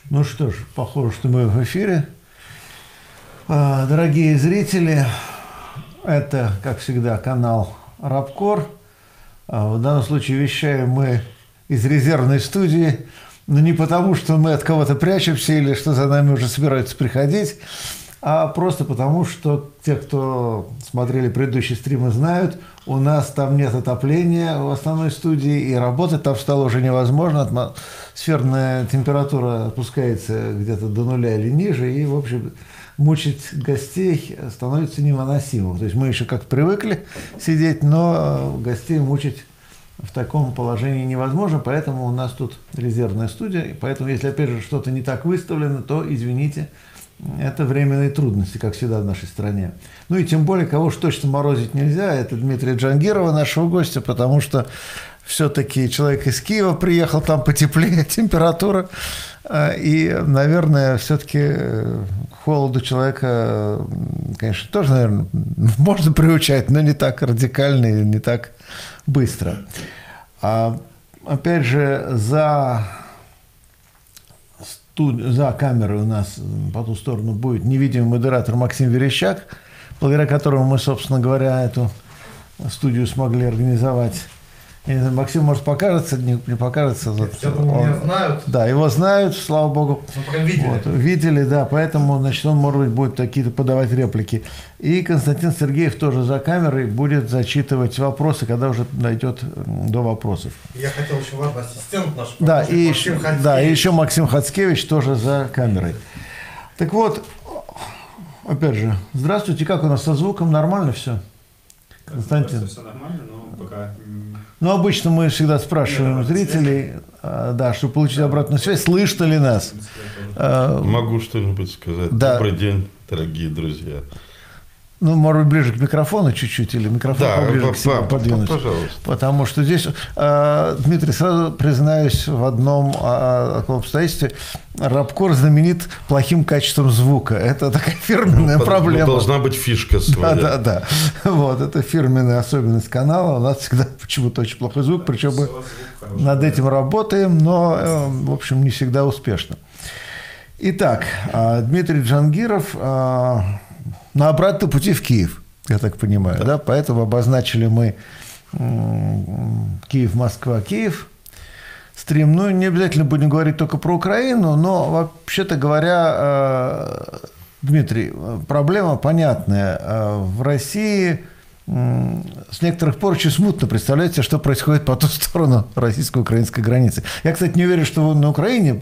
Ну что ж, похоже, что мы в эфире. Дорогие зрители, это, как всегда, канал Рабкор. В данном случае вещаем мы из резервной студии, но не потому, что мы от кого-то прячемся или что за нами уже собираются приходить, а просто потому, что те, кто смотрели предыдущие стримы, знают, у нас там нет отопления в основной студии, и работать там стало уже невозможно. Атмосферная температура опускается где-то до нуля или ниже, и, в общем, мучить гостей становится невыносимым. То есть мы еще как привыкли сидеть, но гостей мучить в таком положении невозможно, поэтому у нас тут резервная студия, и поэтому, если, опять же, что-то не так выставлено, то, извините, это временные трудности, как всегда в нашей стране. Ну и тем более, кого уж точно морозить нельзя, это Дмитрия Джангирова, нашего гостя, потому что все-таки человек из Киева приехал, там потеплее температура, и, наверное, все-таки к холоду человека, конечно, тоже, наверное, можно приучать, но не так радикально и не так быстро. Опять же, за камерой у нас по ту сторону будет невидимый модератор Максим Верещак, благодаря которому мы, собственно говоря, эту студию смогли организовать. Я не знаю, Максим, может, покажется, не покажется. Я думаю, меня знают. Да, его знают, слава богу. Мы прям видели. Вот, видели, да, поэтому, значит, он, может быть, будет какие-то подавать реплики. И Константин Сергеев тоже за камерой будет зачитывать вопросы, когда уже дойдет до вопросов. Я хотел еще важный ассистент наш. Да, и еще Максим Хацкевич тоже за камерой. Так вот, опять же, здравствуйте, как у нас со звуком? Нормально все? Константин? Все нормально, но пока... Ну, обычно мы всегда спрашиваем зрителей, да, чтобы получить обратную связь, слышно ли нас. Могу что-нибудь сказать. Да. Добрый день, дорогие друзья. Ну, может быть, ближе к микрофону чуть-чуть, или микрофон поближе к себе подвинуть. Пожалуйста. Потому что здесь, Дмитрий, сразу признаюсь в одном таком обстоятельстве, Рабкор знаменит плохим качеством звука. Это такая фирменная проблема. Должна быть фишка своя. Да. Вот, это фирменная особенность канала. У нас всегда почему-то очень плохой звук, причем мы над этим работаем, но, в общем, не всегда успешно. Итак, Дмитрий Джангиров... на обратном пути в Киев, я так понимаю, да? Поэтому обозначили мы Киев-Москва, Киев. Стрим, ну, не обязательно будем говорить только про Украину, но, вообще-то говоря, Дмитрий, проблема понятная. В России с некоторых пор очень смутно представляете, что происходит по ту сторону российско-украинской границы. Я, кстати, не уверен, что на Украине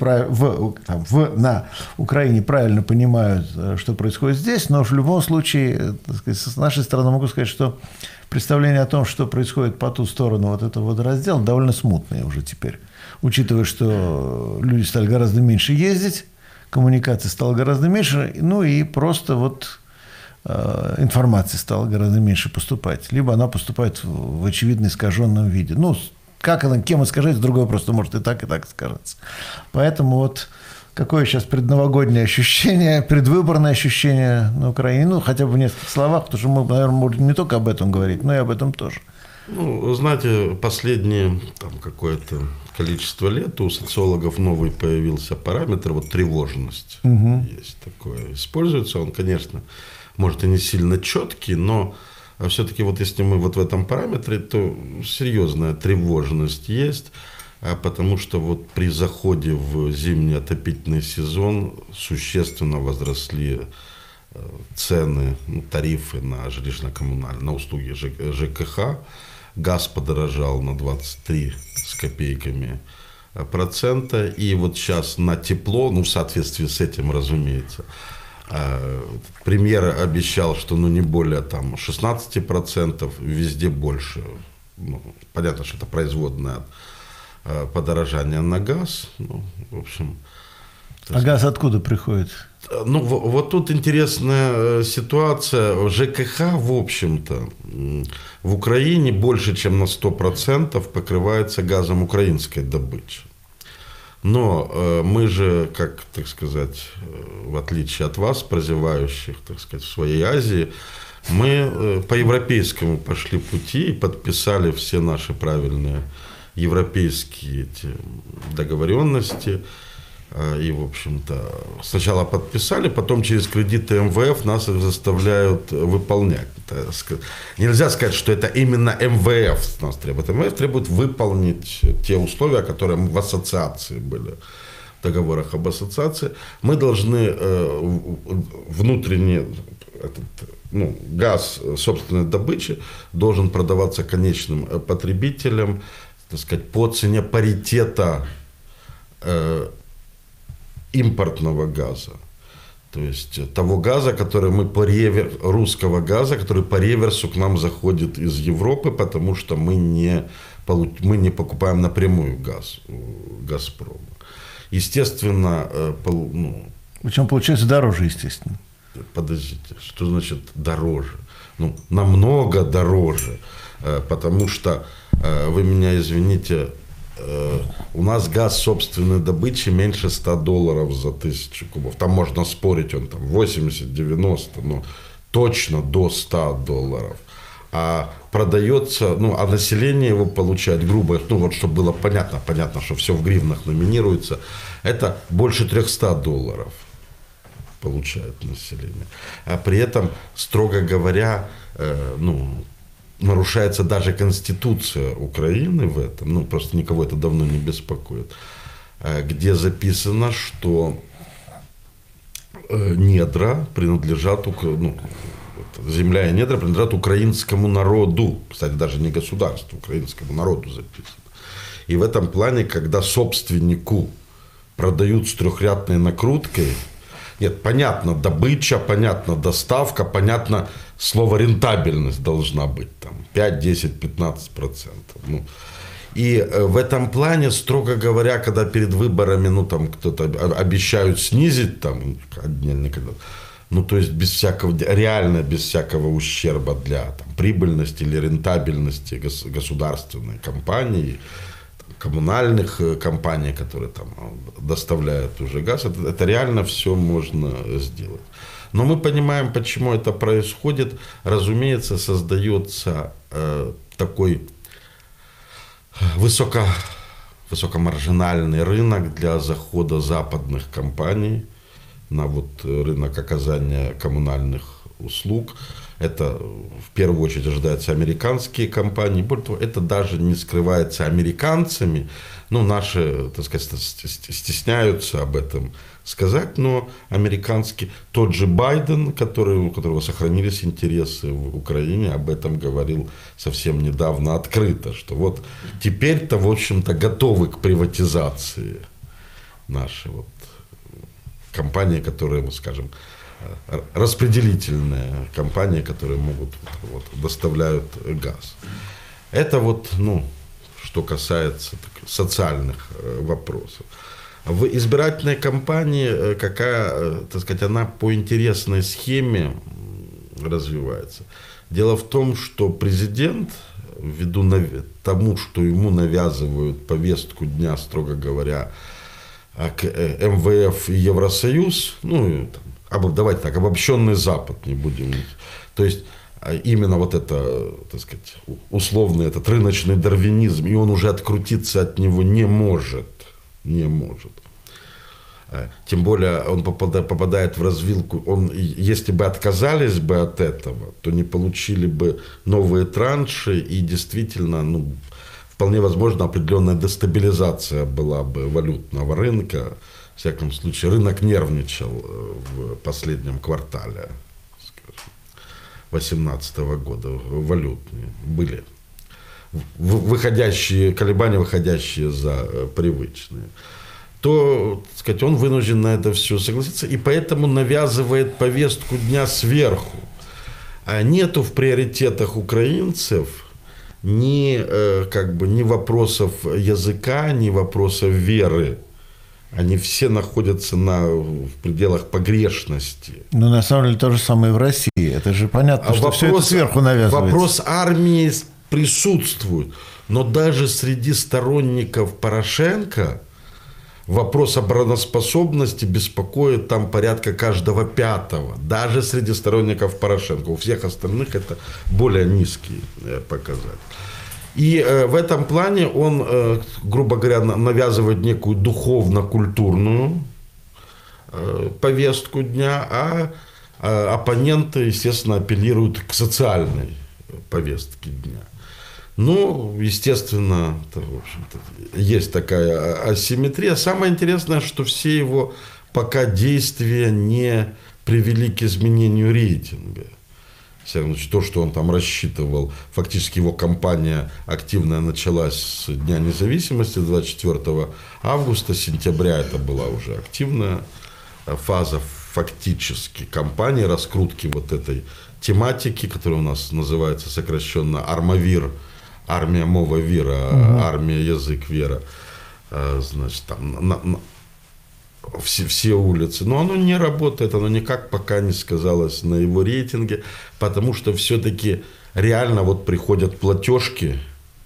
правильно понимают, что происходит здесь, но в любом случае, так сказать, с нашей стороны могу сказать, что представление о том, что происходит по ту сторону вот этого водораздела, довольно смутное уже теперь. Учитывая, что люди стали гораздо меньше ездить, коммуникаций стало гораздо меньше, ну и просто вот информации стало гораздо меньше поступать. Либо она поступает в очевидно искаженном виде. Ну, как она, кем искажается, другой просто может и так искажаться. Поэтому вот какое сейчас предновогоднее ощущение, предвыборное ощущение на Украине, ну, хотя бы в нескольких словах, потому что мы, наверное, можем не только об этом говорить, но и об этом тоже. Ну, знаете, последнее какое-то количество лет у социологов новый появился параметр, вот тревожность. Есть такое. Используется он, конечно, может и не сильно четкий, но все-таки вот если мы вот в этом параметре, то серьезная тревожность есть, потому что вот при заходе в зимний отопительный сезон существенно возросли цены, тарифы на жилищно-коммунальные, на услуги ЖКХ. Газ подорожал на 23 с копейками процента, и вот сейчас на тепло, ну в соответствии с этим, разумеется, премьер обещал, что не более 16%, везде больше. Ну, понятно, что это производное от подорожания на газ. Ну, в общем, газ откуда приходит? Ну, вот тут интересная ситуация. ЖКХ, в общем-то, в Украине больше, чем на 100% покрывается газом украинской добычи. Но мы же, как, так сказать, в отличие от вас, прозевающих, так сказать, в своей Азии, мы по европейскому пошли пути и подписали все наши правильные европейские эти договоренности, И, в общем-то, сначала подписали, потом через кредиты МВФ нас их заставляют выполнять. Нельзя сказать, что это именно МВФ нас требует. МВФ требует выполнить те условия, которые в ассоциации были, в договорах об ассоциации. Мы должны внутренне, газ собственной добычи должен продаваться конечным потребителям, так сказать, по цене паритета импортного газа. То есть того газа, который русского газа, который по реверсу к нам заходит из Европы, потому что мы не покупаем напрямую газ у «Газпрома». Естественно, Причем получается дороже, естественно. Подождите, что значит дороже? Намного дороже, потому что, вы меня извините, у нас газ собственной добычи меньше $100 за 1000 кубов. Там можно спорить, он там 80-90, но точно до $100. А продается, а население его получает, грубо, чтобы было понятно, что все в гривнах номинируется, это больше $300 получает население. А при этом, строго говоря, нарушается даже Конституция Украины в этом, просто никого это давно не беспокоит, где записано, что недра принадлежат, земля и недра принадлежат украинскому народу, кстати, даже не государству, украинскому народу записано. И в этом плане, когда собственнику продают с трехрядной накруткой, нет, понятно, добыча, понятно, доставка, понятно, слово рентабельность должна быть, там, 5, 10, 15%. И в этом плане, строго говоря, когда перед выборами, кто-то обещают снизить, там, отдельно, то есть реально без всякого ущерба для прибыльности или рентабельности государственной компании, коммунальных компаний, которые там доставляют уже газ, это реально все можно сделать. Но мы понимаем, почему это происходит. Разумеется, создается такой высокомаржинальный рынок для захода западных компаний на рынок оказания коммунальных услуг. Это в первую очередь ожидаются американские компании. Более того, это даже не скрывается американцами. Наши, так сказать, стесняются об этом сказать, но американский, тот же Байден, у которого сохранились интересы в Украине, об этом говорил совсем недавно открыто, что теперь-то, в общем-то, готовы к приватизации наши компании, которые, скажем, распределительные компании, которые доставляют газ. Это что касается социальных вопросов. В избирательной кампании, так сказать, она по интересной схеме развивается. Дело в том, что президент, ввиду тому, что ему навязывают повестку дня, строго говоря, к МВФ и Евросоюз, давайте так, обобщенный Запад, не будем. То есть именно это, так сказать, условный этот рыночный дарвинизм, и он уже открутиться от него не может. Тем более он попадает в развилку. Если бы отказались бы от этого, то не получили бы новые транши, и действительно, вполне возможно, определенная дестабилизация была бы валютного рынка. В всяком случае, рынок нервничал в последнем квартале 2018 года. Валютные были колебания, выходящие за привычные. То, так сказать, он вынужден на это все согласиться, и поэтому навязывает повестку дня сверху. А нету в приоритетах украинцев ни вопросов языка, ни вопросов веры. Они все находятся в пределах погрешности. На самом деле то же самое и в России. Это же понятно, что все это сверху навязывается. Вопрос армии присутствует. Но даже среди сторонников Порошенко вопрос обороноспособности беспокоит там порядка каждого пятого. Даже среди сторонников Порошенко. У всех остальных это более низкий показатель. И в этом плане он, грубо говоря, навязывает некую духовно-культурную повестку дня, а оппоненты, естественно, апеллируют к социальной повестке дня. Ну, естественно, в общем-то, есть такая асимметрия. Самое интересное, что все его пока действия не привели к изменению рейтинга. То, что он там рассчитывал, фактически его кампания активная началась с Дня независимости 24 августа, сентября это была уже активная фаза фактически кампании, раскрутки вот этой тематики, которая у нас называется сокращенно «Армавир», армия мова вера, армия язык вера, значит, там все улицы. Но оно не работает, оно никак пока не сказалось на его рейтинге, потому что все-таки реально вот приходят платежки.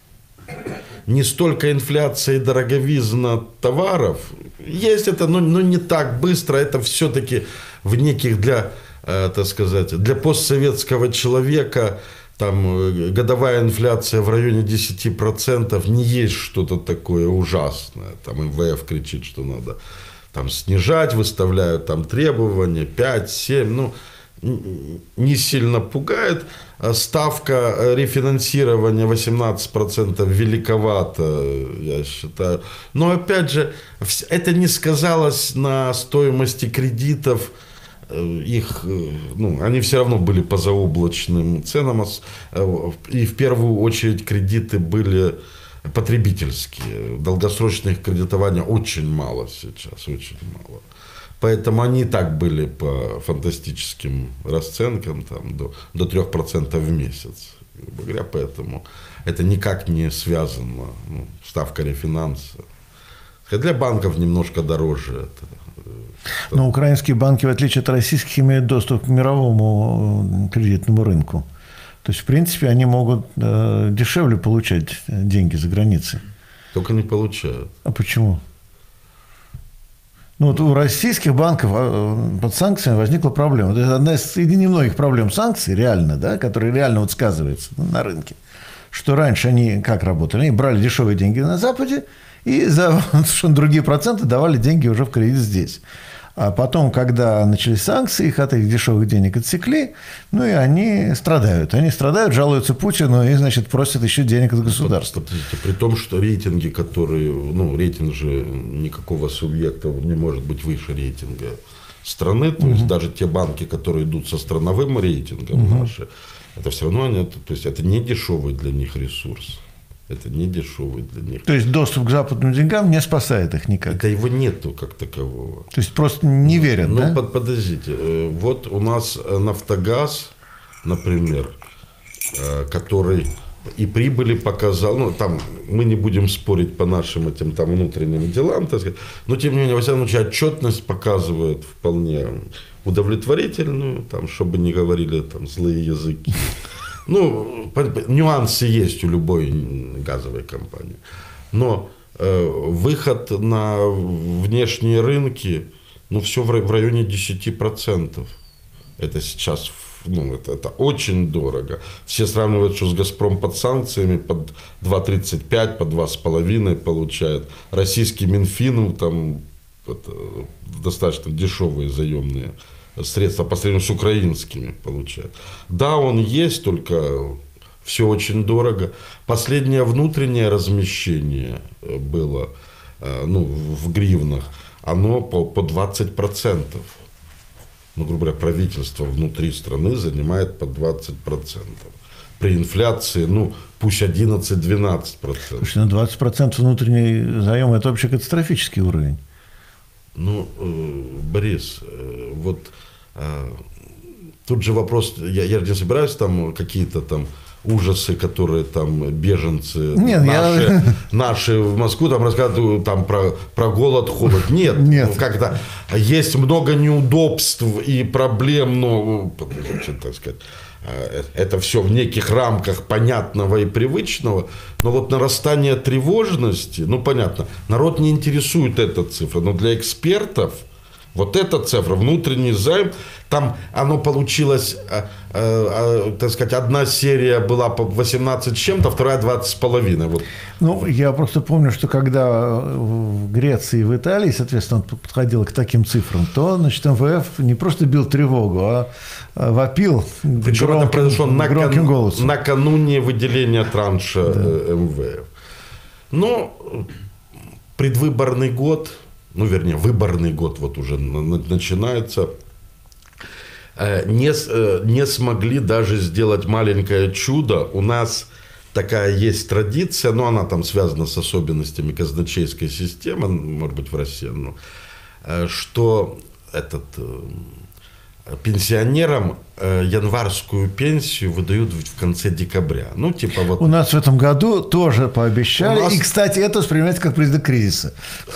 Не столько инфляция и дороговизна товаров. Есть это, но не так быстро. Это все-таки в неких так сказать, для постсоветского человека там годовая инфляция в районе 10% не есть что-то такое ужасное. Там МВФ кричит, что надо там снижать, выставляют там требования 5-7, не сильно пугает. Ставка рефинансирования 18% великовато, я считаю. Но опять же, это не сказалось на стоимости кредитов. Их, они все равно были по заоблачным ценам. И в первую очередь кредиты были потребительские. Долгосрочных кредитований очень мало сейчас, очень мало. Поэтому они и так были по фантастическим расценкам там, до 3% в месяц. Грубо говоря, поэтому это никак не связано. Ставка рефинанса. Для банков немножко дороже это. Но украинские банки, в отличие от российских, имеют доступ к мировому кредитному рынку. То есть, в принципе, они могут дешевле получать деньги за границей. Только не получают. А почему? Вот у российских банков под санкциями возникла проблема. Это одна из немногих проблем санкций, реально, да, которые реально вот сказываются на рынке. Что раньше они как работали? Они брали дешевые деньги на Западе и за совершенно другие проценты давали деньги уже в кредит здесь. А потом, когда начались санкции, их от этих дешевых денег отсекли, и они страдают. Они страдают, жалуются Путину и, значит, просят еще денег от государства. Подождите, при том, что рейтинги, которые... рейтинг же никакого субъекта не может быть выше рейтинга страны. То есть, даже те банки, которые идут со страновым рейтингом наши, это все равно... То есть, это не дешевый для них ресурс. Это не дешевый для них. То есть доступ к западным деньгам не спасает их никак? Это его нету как такового. То есть просто не верят, да? Подождите. Вот у нас «Нафтогаз», например, который и прибыли показал, там мы не будем спорить по нашим этим там внутренним делам, так сказать, но тем не менее, во всяком случае, отчетность показывает вполне удовлетворительную, там, чтобы не говорили там злые языки. Нюансы есть у любой газовой компании. Но выход на внешние рынки, все в районе 10%. Это сейчас, это очень дорого. Все сравнивают, что с «Газпром» под санкциями под 2,35, по 2,5 получает. Российский Минфин там достаточно дешевые заемные средства по сравнению с украинскими получают. Да, он есть, только все очень дорого. Последнее внутреннее размещение было в гривнах, оно по 20%. Грубо говоря, правительство внутри страны занимает по 20%. При инфляции, пусть 11-12%. Слушай, 20% внутренний заем – это вообще катастрофический уровень. Борис, тут же вопрос, я не собираюсь там какие-то там ужасы, которые там беженцы наши в Москву там рассказывают там про голод, холод. Нет. Как-то есть много неудобств и проблем, но, так сказать, это все в неких рамках понятного и привычного, но нарастание тревожности, понятно, народ не интересует эта цифра, но для экспертов Вот эта цифра, внутренний займ, там оно получилось, так сказать, одна серия была по 18 с чем-то, вторая 20,5. Вот. Ну, я просто помню, что когда в Греции и в Италии, соответственно, он подходил к таким цифрам, то, значит, МВФ не просто бил тревогу, а вопил Причем это произошло громким голосом. накануне выделения транша МВФ. Но предвыборный год, ну, вернее, выборный год вот уже начинается, не смогли даже сделать маленькое чудо. У нас такая есть традиция, но она там связана с особенностями казначейской системы, может быть, в России, что пенсионерам январскую пенсию выдают в конце декабря. Ну, типа вот... У нас в этом году тоже пообещали. Нас... И, кстати, это воспринимается как признак кризиса.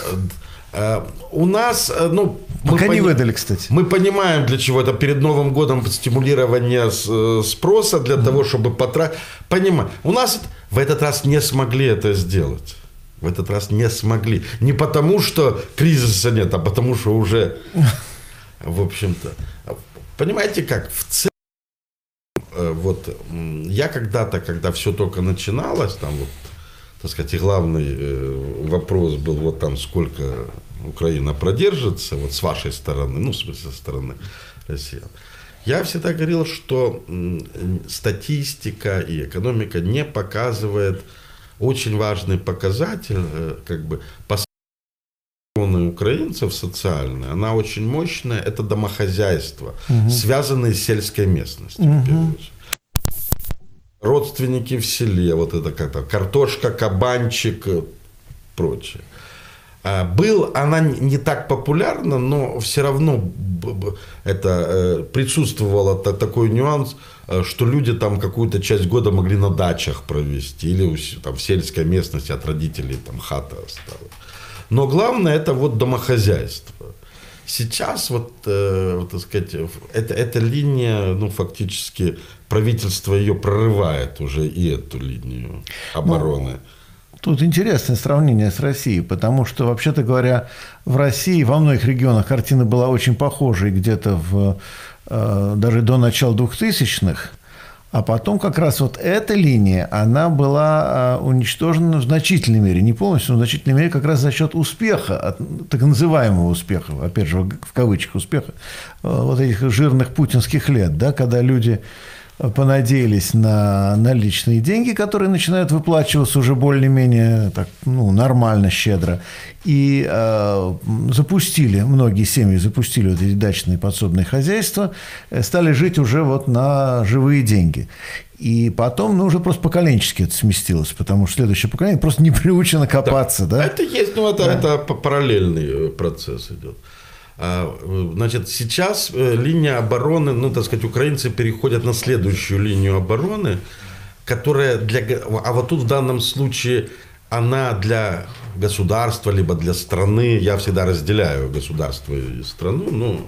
У нас, ну... Пока не выдали, кстати. Мы понимаем, для чего это. Перед Новым годом стимулирование спроса для того, чтобы потратить. Понимаем. У нас в этот раз не смогли это сделать. В этот раз не смогли. Не потому, что кризиса нет, а потому, что уже... В общем-то, понимаете как, в целом, вот я когда-то, когда все только начиналось, там вот, так сказать, и главный вопрос был, вот там сколько Украина продержится, вот с вашей стороны, ну, в смысле, со стороны россиян. Я всегда говорил, что статистика и экономика не показывает очень важный показатель, как бы, украинцев социальная, она очень мощная, это домохозяйство, связанные с сельской местностью. Родственники в селе, вот это как-то картошка, кабанчик, прочее. Она не так популярна, но все равно это присутствовало такой нюанс, что люди там какую-то часть года могли на дачах провести или там, в сельской местности от родителей там хата осталась. Но главное это вот домохозяйство. Сейчас вот, так сказать, эта линия, ну, фактически правительство ее прорывает уже и эту линию обороны. Тут интересное сравнение с Россией, потому что, вообще-то говоря, в России во многих регионах картина была очень похожей где-то даже до начала 2000-х. А потом как раз вот эта линия, она была уничтожена в значительной мере, не полностью, но в значительной мере как раз за счет успеха, так называемого успеха, опять же, в кавычках успеха, вот этих жирных путинских лет, да, когда люди понадеялись на наличные деньги, которые начинают выплачиваться уже более-менее так, ну, нормально, щедро, и многие семьи запустили вот эти дачные подсобные хозяйства, стали жить уже вот на живые деньги. И потом, ну, уже просто поколенчески это сместилось, потому что следующее поколение просто не приучено копаться. Да. Это есть, ну, это параллельный процесс идет. Значит, сейчас линия обороны, ну, так сказать, украинцы переходят на следующую линию обороны, которая а вот тут в данном случае она для государства, либо для страны, я всегда разделяю государство и страну, ну,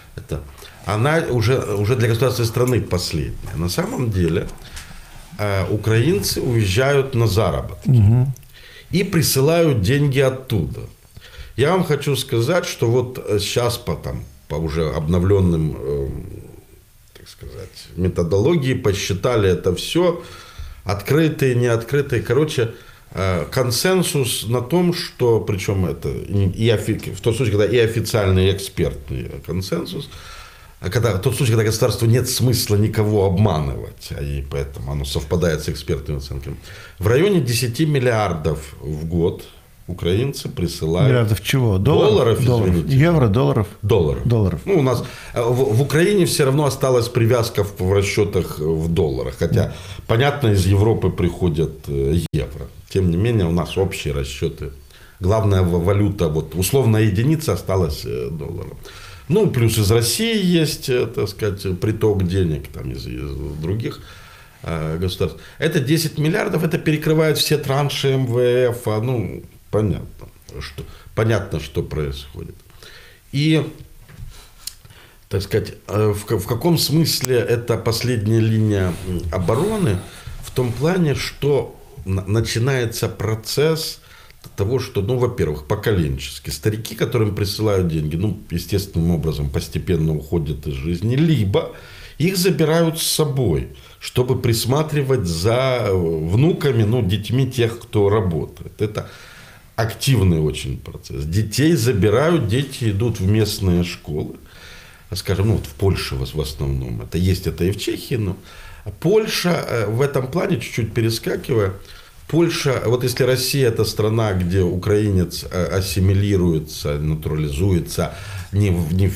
она уже для государства и страны последняя. На самом деле украинцы уезжают на заработки и присылают деньги оттуда. Я вам хочу сказать, что вот сейчас по уже обновленным, так сказать, методологии посчитали это все, открытые, неоткрытые, короче, консенсус на том, что, причем это в тот случае, когда и официальный, и экспертный консенсус, в тот случай, когда государству нет смысла никого обманывать, и поэтому оно совпадает с экспертными оценками, в районе 10 миллиардов в год украинцы присылают... Миллиардов чего? Долларов, извините. Евро, долларов? Долларов. Ну, у нас в Украине все равно осталась привязка в расчетах в долларах. Хотя, понятно, из Европы приходят евро. Тем не менее, у нас общие расчеты. Главная валюта, вот условная единица осталась долларом. Ну, плюс из России есть, так сказать, приток денег там, из других государств. Это 10 миллиардов, это перекрывает все транши МВФ, ну, понятно, что происходит. И, так сказать, в каком смысле это последняя линия обороны? В том плане, что начинается процесс того, что, ну, во-первых, поколенчески. Старики, которым присылают деньги, ну, естественным образом постепенно уходят из жизни, либо их забирают с собой, чтобы присматривать за внуками, ну, детьми тех, кто работает. Это активный очень процесс. Детей забирают, дети идут в местные школы. Скажем, ну, вот в Польше в основном. Это есть это и в Чехии, но Польша в этом плане, чуть-чуть перескакивая, Польша, вот если Россия это страна, где украинец ассимилируется, натурализуется не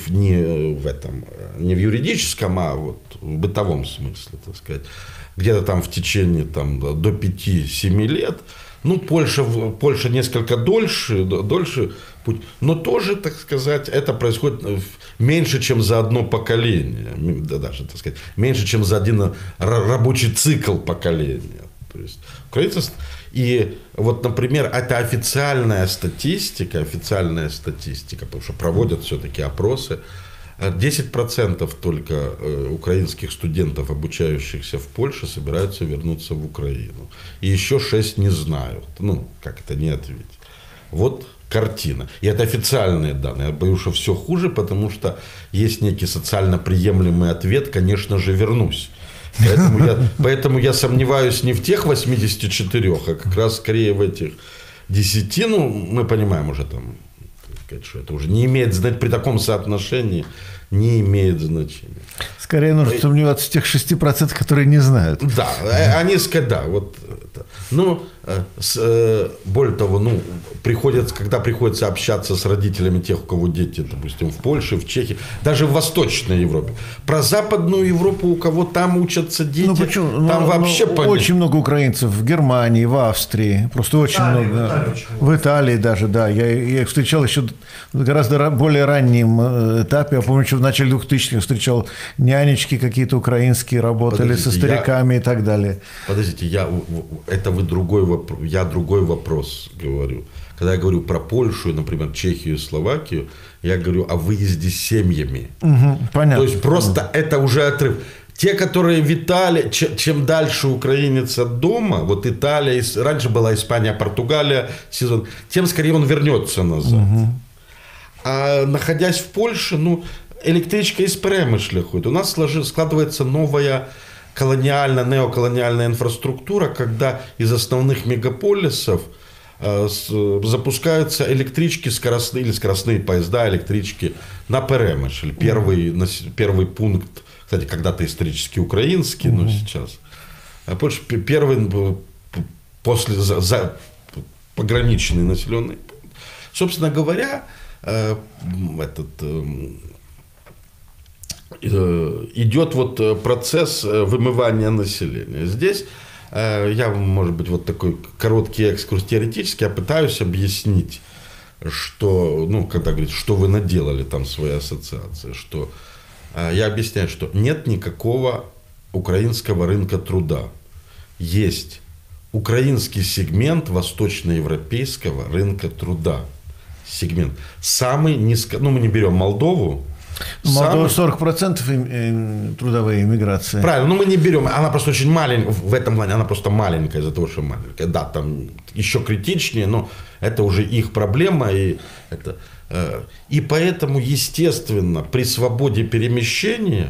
в юридическом, а вот в бытовом смысле, так сказать, где-то там в течение там, до 5-7 лет, ну, Польша несколько дольше путь, но тоже, так сказать, это происходит меньше, чем за одно поколение, даже, так сказать, меньше, чем за один рабочий цикл поколения. То есть украинцы, и вот, например, это официальная статистика, потому что проводят все-таки опросы, 10% только украинских студентов, обучающихся в Польше, собираются вернуться в Украину. И еще 6 не знают. Ну, как это не ответить. Вот картина. И это официальные данные. Я боюсь, что все хуже, потому что есть некий социально приемлемый ответ, конечно же, вернусь. Поэтому я сомневаюсь не в тех 84, а как раз скорее в этих 10. Ну, мы понимаем уже там, что это уже не имеет значения, при таком соотношении не имеет значения. Скорее нужно сомневаться в тех 6%, которые не знают. Да, они, да, вот это. Ну, более того, ну, когда приходится общаться с родителями тех, у кого дети, допустим, в Польше, в Чехии, даже в Восточной Европе. Про Западную Европу, у кого там учатся дети, там вообще очень много украинцев в Германии, в Австрии, просто очень много. В Италии даже, да. Я их встречал еще в гораздо более раннем этапе. Я помню, что в начале 2000-х встречал нянечки какие-то украинские, работали со стариками и так далее. Подождите, я другой вопрос говорю. Когда я говорю про Польшу, например, Чехию и Словакию, я говорю о выезде с семьями. Угу, понятно. То есть просто это уже отрыв. Те, которые в Италии, чем дальше украинец от дома, вот Италия, раньше была Испания, Португалия, сезон, тем скорее он вернется назад. Угу. А находясь в Польше, ну, электричка из Перемышля ходит. У нас складывается новая неоколониальная инфраструктура, когда из основных мегаполисов запускаются электрички скоростные или скоростные поезда, электрички на Перемышль. Первый пункт, кстати, когда-то исторически украинский, но сейчас. Польша первый пограничный населенный пункт. Собственно говоря, идет вот процесс вымывания населения. Здесь я, может быть, вот такой короткий экскурс теоретический, я пытаюсь объяснить, что, ну, когда говорит, что вы наделали там своей ассоциации, что я объясняю, что нет никакого украинского рынка труда. Есть украинский сегмент восточноевропейского рынка труда. Сегмент. Самый низко, ну, мы не берем Молдову. Молдова 40% трудовая иммиграция. Правильно, но мы не берем, она просто очень маленькая, в этом плане она просто маленькая из-за того, что маленькая. Да, там еще критичнее, но это уже их проблема. И поэтому, естественно, при свободе перемещения,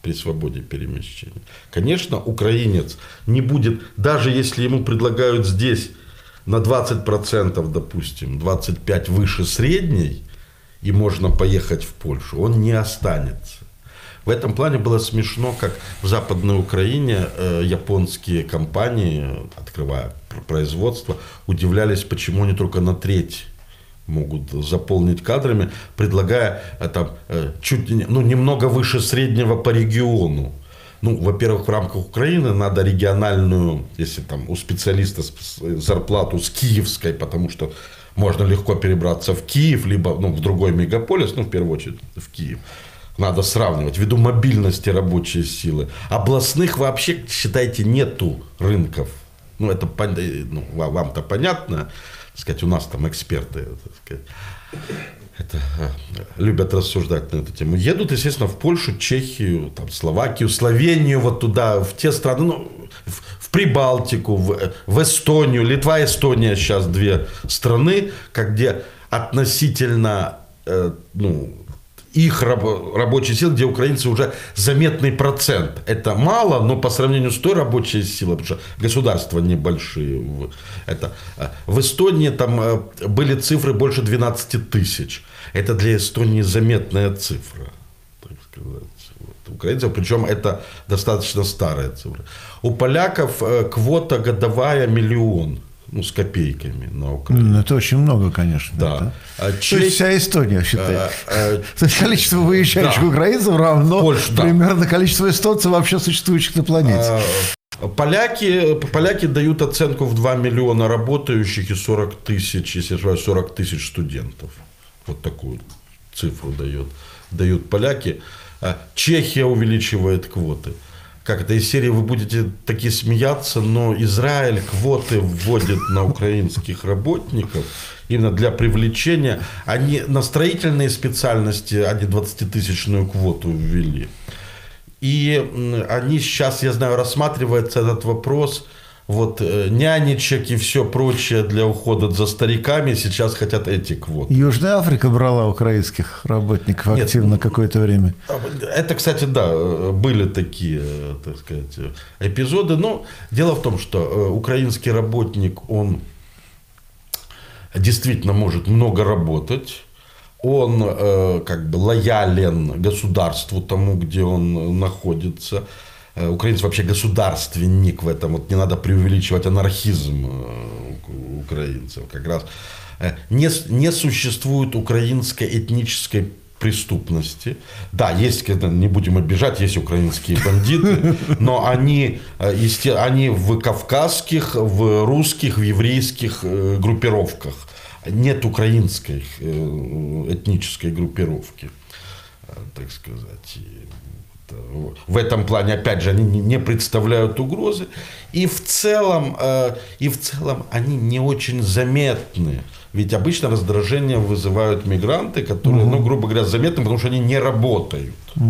конечно, украинец не будет, даже если ему предлагают здесь на 20%, допустим, 25% выше средней, и можно поехать в Польшу, он не останется. В этом плане было смешно, как в Западной Украине японские компании, открывая производство, удивлялись, почему они только на треть могут заполнить кадрами, предлагая там, немного выше среднего по региону. Ну, во-первых, в рамках Украины надо региональную, если там у специалиста зарплату с киевской, потому что можно легко перебраться в Киев, либо в другой мегаполис, в первую очередь в Киев. Надо сравнивать, ввиду мобильности рабочей силы. Областных вообще, считайте, нету рынков. Это вам-то понятно, так сказать, у нас там эксперты, так сказать, любят рассуждать на эту тему. Едут, естественно, в Польшу, Чехию, там, Словакию, Словению, вот туда, в те страны. в Прибалтику, в Эстонию. Литва и Эстония сейчас две страны, где относительно их рабочей силы, где украинцы уже заметный процент. Это мало, но по сравнению с той рабочей силой, потому что государства небольшие. В Эстонии там были цифры больше 12 тысяч. Это для Эстонии заметная цифра, так сказать. Украинцев, причем это достаточно старая цифра. У поляков квота годовая 1 миллион. С копейками на Украине. Это очень много, конечно. Да. То есть вся Эстония считает. То есть количество выезжающих украинцев равно примерно количеству эстонцев вообще существующих на планете. Поляки дают оценку в 2 миллиона работающих и 40 тысяч, если я не ошибаюсь, 40 тысяч студентов. Вот такую цифру дают поляки. Чехия увеличивает квоты. Как это из серии вы будете таки смеяться, но Израиль квоты вводит на украинских работников именно для привлечения. Они на строительные специальности, они 20-тысячную квоту ввели. И они сейчас, я знаю, рассматривается этот вопрос. Нянечек и все прочее для ухода за стариками сейчас хотят эти квоты. Южная Африка брала украинских работников активно какое-то время. Это, кстати, да, были такие, так сказать, эпизоды. Но дело в том, что украинский работник, он действительно может много работать. Он лоялен государству, тому, где он находится. Украинец вообще государственник в этом. Не надо преувеличивать анархизм украинцев. Как раз не существует украинской этнической преступности. Да, есть, не будем обижать, есть украинские бандиты, но они в кавказских, в русских, в еврейских группировках. Нет украинской этнической группировки, так сказать. В этом плане, опять же, они не представляют угрозы. И в целом они не очень заметны. Ведь обычно раздражение вызывают мигранты, которые, грубо говоря, заметны, потому что они не работают.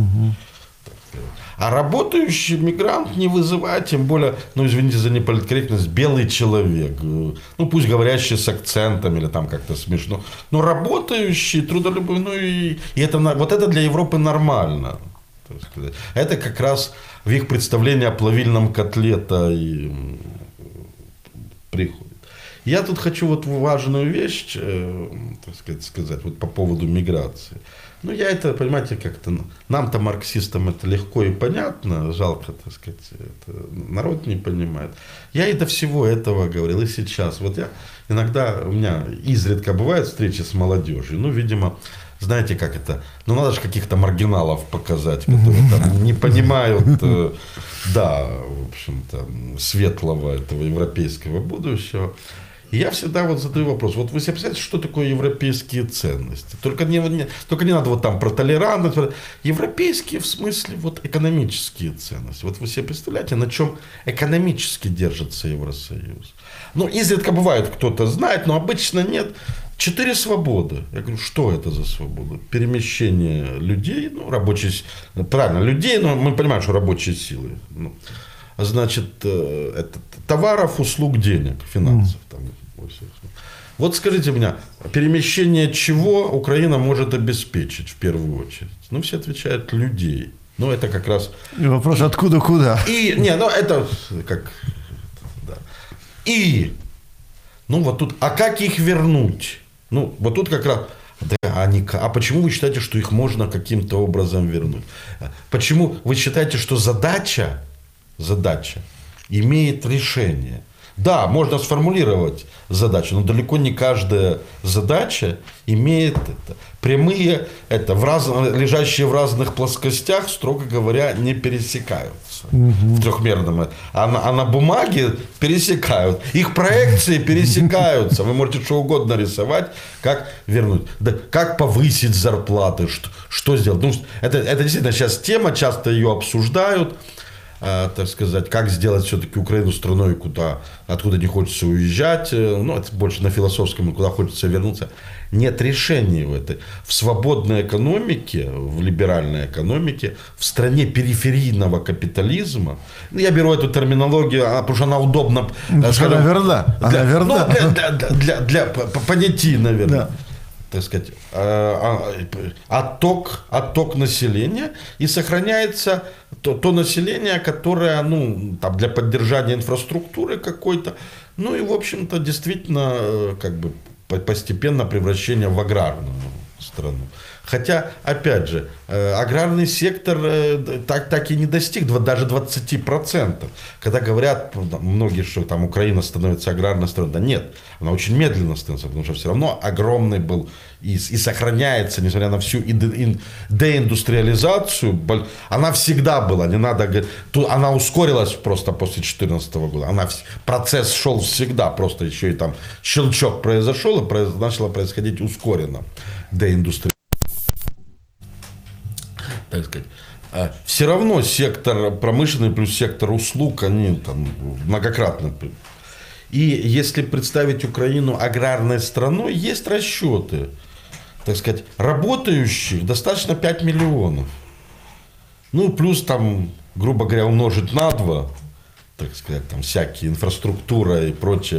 А работающий мигрант не вызывает, тем более, извините за неполиткорректность, белый человек. Пусть говорящий с акцентом или там как-то смешно. Но работающий, трудолюбивый, и это для Европы нормально. Это как раз в их представлении о плавильном котле-то и приходит. Я тут хочу важную вещь, так сказать, по поводу миграции. Я это, понимаете, как-то нам-то, марксистам, это легко и понятно, жалко, так сказать, это народ не понимает. Я и до всего этого говорил, и сейчас. Иногда у меня изредка бывают встречи с молодежью, видимо, знаете, как это, надо же каких-то маргиналов показать, которые там не понимают, в общем-то, светлого этого европейского будущего. И я всегда задаю вопрос, вы себе представляете, что такое европейские ценности? Только не надо там про толерантность. Европейские в смысле экономические ценности. Вы себе представляете, на чем экономически держится Евросоюз? Изредка бывает, кто-то знает, но обычно нет. 4 свободы. Я говорю, что это за свобода? Перемещение людей, людей, но мы понимаем, что рабочие силы. Значит, это товаров, услуг, денег, финансов. Скажите мне, перемещение чего Украина может обеспечить в первую очередь? Все отвечают людей. Это как раз... И вопрос, откуда, куда? Это как... Да. И... тут, а как их вернуть? Тут как раз... А почему вы считаете, что их можно каким-то образом вернуть? Почему вы считаете, что задача имеет решение? Да, можно сформулировать задачу, но далеко не каждая задача имеет прямые, лежащие в разных плоскостях, строго говоря, не пересекаются в трехмерном. А на бумаге пересекают. Их проекции пересекаются. Вы можете что угодно рисовать, как вернуть. Да, как повысить зарплаты, что сделать. Это действительно сейчас тема, часто ее обсуждают. так сказать, как сделать все-таки Украину страной, откуда не хочется уезжать, ну, это больше на философском, куда хочется вернуться. Нет решений в этой. В свободной экономике, в либеральной экономике, в стране периферийного капитализма, ну, я беру эту терминологию, потому что она удобна. Скажем, она верна. Для понятий, наверное. Да. Так сказать, отток населения, и сохраняется то население, которое, ну, там, для поддержания инфраструктуры какой-то, ну и, в общем-то, действительно, как бы постепенно превращение в аграрную страну. Хотя, опять же, аграрный сектор так и не достиг даже 20%. Когда говорят многие, что там Украина становится аграрной страной, да нет, она очень медленно становится, потому что все равно огромный был и сохраняется, несмотря на всю деиндустриализацию, она всегда была, не надо говорить, она ускорилась просто после 2014 года, процесс шел всегда, просто еще и там щелчок произошел, и начало происходить ускоренно деиндустриализация. Так сказать, все равно сектор промышленный плюс сектор услуг, они там многократно. И если представить Украину аграрной страной, есть расчеты, так сказать, работающих достаточно 5 миллионов. Ну, плюс там, грубо говоря, умножить на 2, так сказать, там всякие инфраструктура и прочее.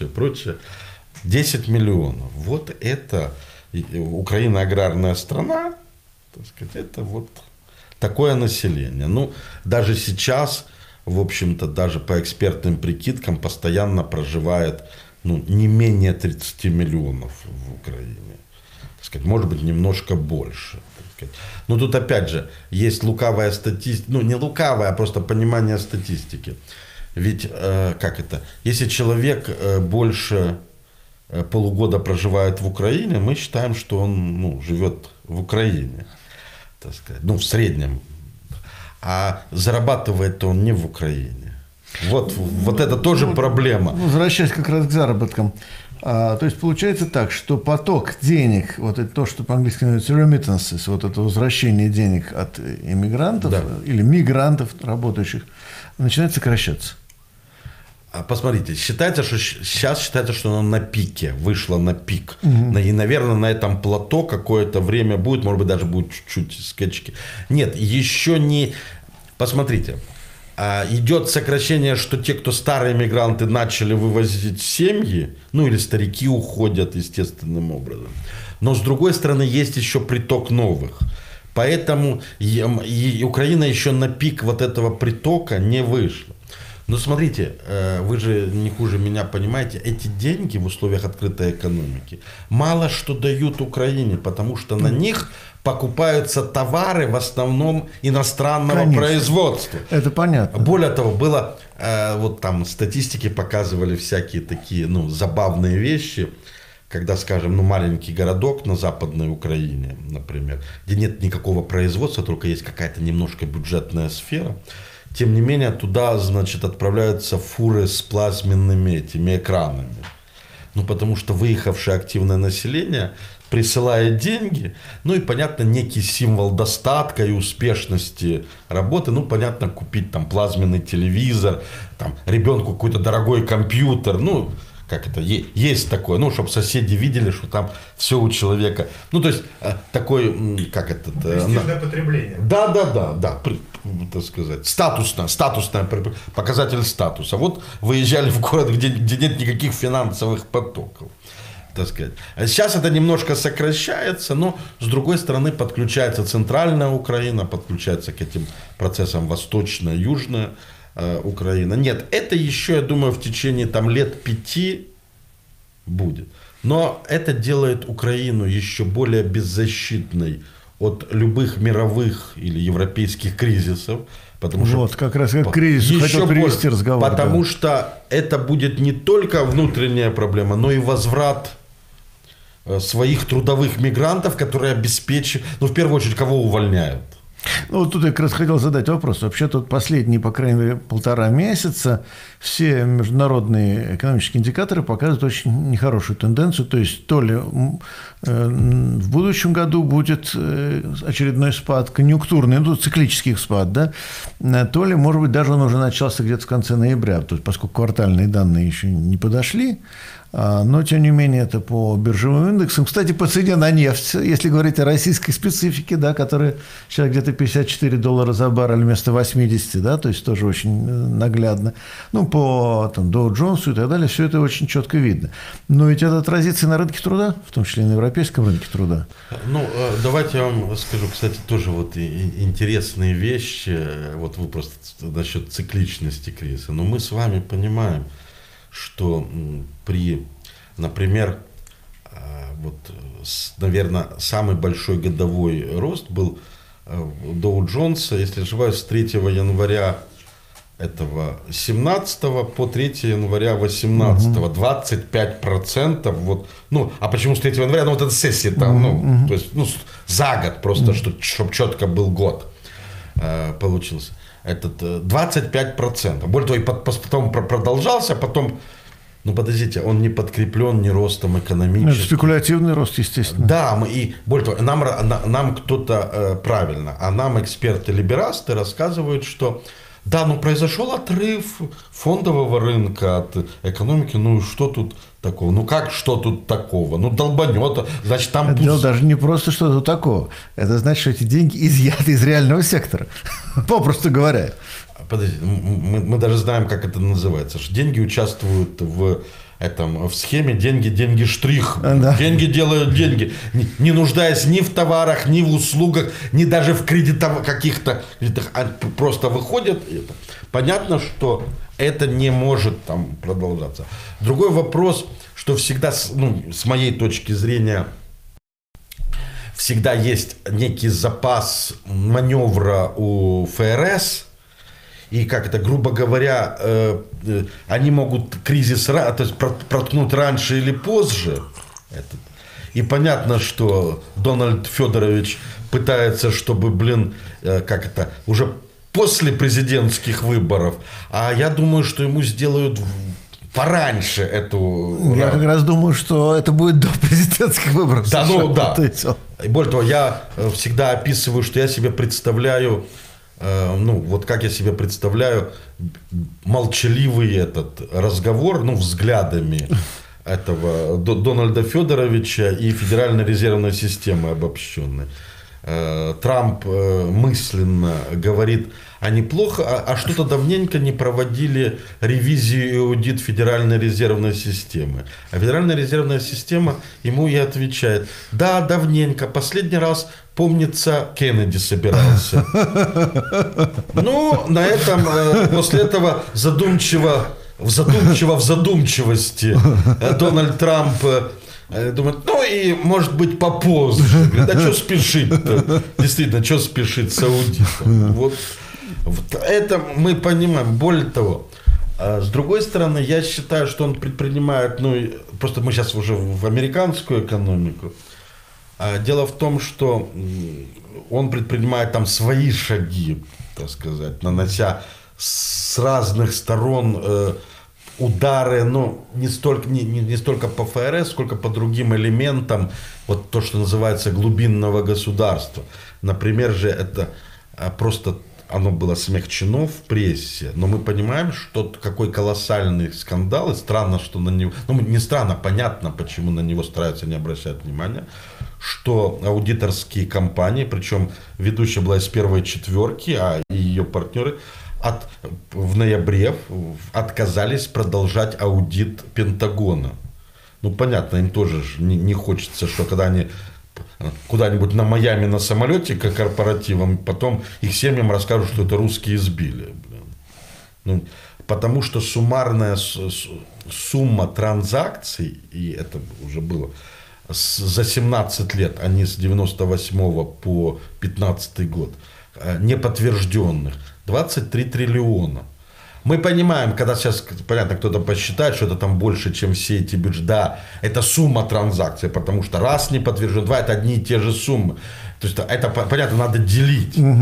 10 миллионов. Вот это Украина аграрная страна, так сказать, это вот такое население. Ну, даже сейчас, в общем-то, даже по экспертным прикидкам постоянно проживает, ну, не менее 30 миллионов в Украине. Так сказать, может быть, немножко больше. Так сказать. Но тут, опять же, есть лукавая статистика, ну, не лукавая, а просто понимание статистики. Ведь, как это, если человек больше полугода проживает в Украине, мы считаем, что он, ну, живет в Украине. Так сказать, ну, в среднем. А зарабатывает он не в Украине. Вот это тоже проблема. Возвращаясь как раз к заработкам. То есть получается так, что поток денег, вот это то, что по-английски называется remittances, вот это возвращение денег от иммигрантов, да, или мигрантов, работающих, начинает сокращаться. Посмотрите, сейчас считается, что оно на пике, вышло на пик. Угу. И, наверное, на этом плато какое-то время будет, может быть, даже будут чуть-чуть скачки. Нет, еще не... Посмотрите, идет сокращение, что те, кто старые мигранты, начали вывозить семьи, ну или старики уходят естественным образом. Но, с другой стороны, есть еще приток новых. Поэтому и Украина еще на пик вот этого притока не вышла. Но смотрите, вы же не хуже меня понимаете, эти деньги в условиях открытой экономики мало что дают Украине, потому что на них покупаются товары в основном иностранного, конечно, производства. Это понятно. Более того, было, вот там статистики показывали всякие такие, ну, забавные вещи, когда, скажем, ну, маленький городок на Западной Украине, например, где нет никакого производства, только есть какая-то немножко бюджетная сфера. Тем не менее, туда, значит, отправляются фуры с плазменными этими экранами. Ну, потому что выехавшее активное население присылает деньги, ну и, понятно, некий символ достатка и успешности работы. Ну, понятно, купить там плазменный телевизор, там, ребенку какой-то дорогой компьютер, ну, как это, есть такое, ну, чтобы соседи видели, что там все у человека, ну, то есть, такой, как это... Престижное потребление. Да, так сказать, статусный показатель статуса. Вот выезжали в город, где нет никаких финансовых потоков, так сказать. А сейчас это немножко сокращается, но, с другой стороны, подключается центральная Украина, подключается к этим процессам восточная, южная Украина. Нет, это еще, я думаю, в течение там лет 5 будет. Но это делает Украину еще более беззащитной от любых мировых или европейских кризисов. Потому вот, что, как раз как кризис, хотел привести разговор. Потому что это будет не только внутренняя проблема, но и возврат своих трудовых мигрантов, которые обеспечивают, ну, в первую очередь, кого увольняют. Ну, вот тут я как раз хотел задать вопрос. Вообще тут последние, по крайней мере, 1,5 месяца все международные экономические индикаторы показывают очень нехорошую тенденцию. То есть то ли в будущем году будет очередной спад, конъюнктурный, ну, циклический спад, да, то ли, может быть, даже он уже начался где-то в конце ноября, то есть, поскольку квартальные данные еще не подошли. Но, тем не менее, это по биржевым индексам. Кстати, по цене на нефть, если говорить о российской специфике, да, которая сейчас где-то $54 за баррель вместо 80, да, то есть тоже очень наглядно. Ну, по там, Dow Jones и так далее, все это очень четко видно. Но ведь это отразится и на рынке труда, в том числе и на европейском рынке труда. Ну, давайте я вам скажу, кстати, тоже вот интересные вещи, вот вы просто насчет цикличности кризиса. Но мы с вами понимаем, что при, например, вот, наверное, самый большой годовой рост был Dow Jones, если не ошибаюсь, с 3 января этого 17 по 3 января 18, 25%. Вот, ну, а почему с 3 января? Ну, вот эта сессия там, ну, то есть, ну, за год просто, чтобы четко был год получился. Этот 25%. Более того, и потом продолжался, потом, ну подождите, он не подкреплен ни ростом экономическим. Это спекулятивный рост, естественно. Да, и более того, нам кто-то правильно, а нам эксперты-либерасты рассказывают, что да, ну произошел отрыв фондового рынка от экономики, ну что тут такого? Ну как что тут такого? Ну долбанет, значит там... Это дело даже не просто что-то такого. Это значит, что эти деньги изъяты из реального сектора. Попросту говоря. Подождите, мы даже знаем, как это называется. Что деньги участвуют в схеме деньги штрих. Да. Деньги делают деньги, не нуждаясь ни в товарах, ни в услугах, ни даже в кредитах каких-то. Просто выходят. Понятно, что это не может там продолжаться. Другой вопрос, что всегда, ну, с моей точки зрения, всегда есть некий запас маневра у ФРС. И как это, грубо говоря, они могут кризис то есть проткнуть раньше или позже. И понятно, что Дональд Федорович пытается, чтобы, как это, уже после президентских выборов. А я думаю, что ему сделают пораньше эту... Я как раз думаю, что это будет до президентских выборов. Да, ну да. И более того, я всегда описываю, что я себе представляю, ну, вот как я себе представляю молчаливый этот разговор, ну, взглядами этого Дональда Федоровича и Федеральной резервной системы обобщенной. Трамп мысленно говорит, а неплохо, а что-то давненько не проводили ревизию и аудит Федеральной резервной системы. А Федеральная резервная система ему и отвечает, да, давненько, последний раз, помнится, Кеннеди собирался. Ну, на этом, после этого в задумчивости Дональд Трамп думает, ну и может быть попозже. Говорит, а что спешить-то? Действительно, что спешить с аудитом? Вот это мы понимаем. Более того, с другой стороны, я считаю, что он предпринимает, ну, просто мы сейчас уже в американскую экономику. Дело в том, что он предпринимает там свои шаги, так сказать, нанося с разных сторон удары, ну, не столько по ФРС, сколько по другим элементам, вот то, что называется глубинного государства. Например же, это просто оно было смягчено в прессе, но мы понимаем, что какой колоссальный скандал, и странно, что на него, ну, не странно, понятно, почему на него стараются не обращать внимания, что аудиторские компании, причем ведущая была из первой четверки, а ее партнеры в ноябре отказались продолжать аудит Пентагона. Ну, понятно, им тоже не хочется, что когда они куда-нибудь на Майами на самолете к корпоративам, потом их семьям расскажут, что это русские сбили. Ну, потому что суммарная сумма транзакций, и это уже было за 17 лет, а не с 98 по 15 год, неподтвержденных, 23 триллиона. Мы понимаем, когда сейчас, понятно, кто-то посчитает, что это там больше, чем все эти бюджеты. Да, это сумма транзакций, потому что раз не подтвержден, два, это одни и те же суммы. То есть это, понятно, надо делить.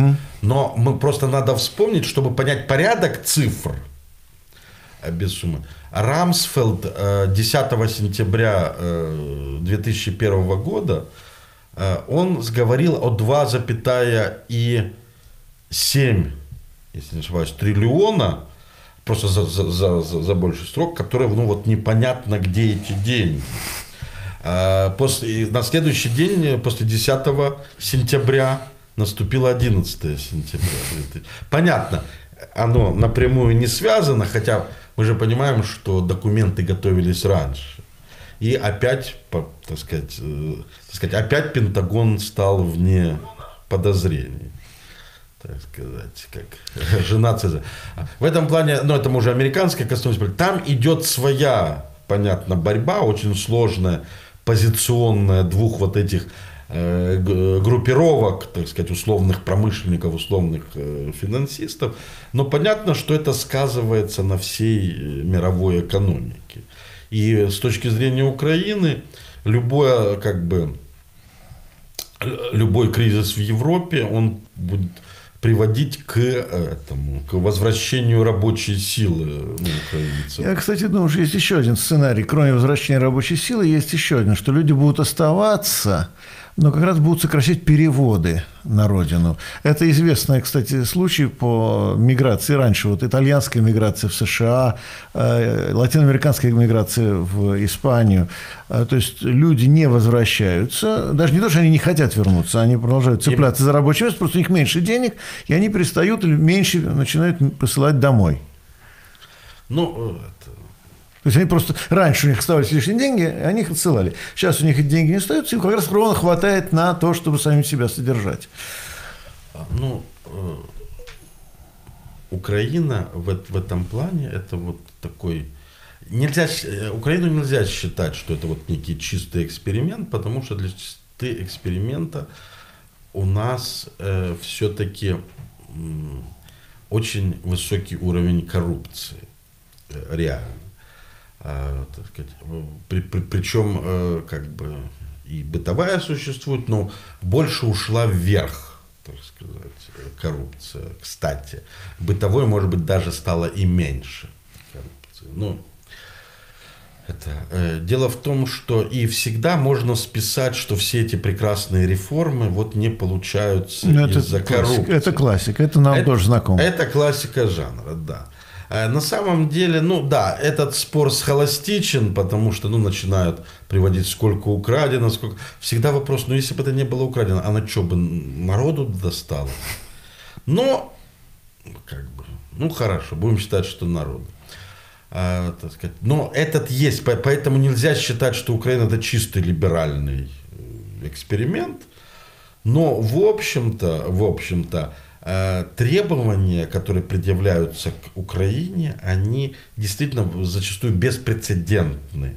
Но мы просто надо вспомнить, чтобы понять порядок цифр, без суммы. Рамсфельд 10 сентября 2001 года он говорил о 2,7, если не ошибаюсь, триллиона, просто за больший срок, которые, ну вот непонятно, где эти деньги. На следующий день, после 10 сентября, наступило 11 сентября. Понятно, оно напрямую не связано, хотя мы же понимаем, что документы готовились раньше. И опять, так сказать, опять Пентагон стал вне подозрений. Так сказать, как жена Цезаря. В этом плане, ну это мы уже американская коснулись, там идет своя, понятно, борьба, очень сложная, позиционная двух вот этих группировок, так сказать, условных промышленников, условных финансистов. Но понятно, что это сказывается на всей мировой экономике. И с точки зрения Украины, любой кризис в Европе, он будет приводить к возвращению рабочей силы украинцев. Я, кстати, думаю, что есть еще один сценарий. Кроме возвращения рабочей силы, есть еще один, что люди будут оставаться, но как раз будут сокращать переводы на родину. Это известный, кстати, случай по миграции раньше. Вот итальянская миграция в США, латиноамериканская миграция в Испанию. То есть люди не возвращаются. Даже не то, что они не хотят вернуться, они продолжают цепляться за рабочее место, просто у них меньше денег, и они перестают или меньше начинают посылать домой. Ну, то есть они просто раньше у них оставались лишние деньги, они их отсылали. Сейчас у них эти деньги не остаются, им как раз ровно хватает на то, чтобы самим себя содержать. Ну, Украина в этом плане это вот такой. Украину нельзя считать, что это вот некий чистый эксперимент, потому что для чистоты эксперимента у нас все-таки очень высокий уровень коррупции, реально. Так сказать, причем как бы и бытовая существует, но больше ушла вверх, так сказать, коррупция. Кстати, бытовой, может быть, даже стало и меньше коррупции. Ну, дело в том, что и всегда можно списать, что все эти прекрасные реформы вот не получаются из-за коррупции. Это классика, это нам тоже знакомо. Это классика жанра, да. На самом деле, ну да, этот спор схоластичен, потому что начинают приводить, сколько украдено, сколько. Всегда вопрос, если бы это не было украдено, а на что бы народу досталось? Но, хорошо, будем считать, что народу. Так сказать. Но этот есть, поэтому нельзя считать, что Украина это чисто либеральный эксперимент. Но в общем-то, требования, которые предъявляются к Украине, они действительно зачастую беспрецедентны.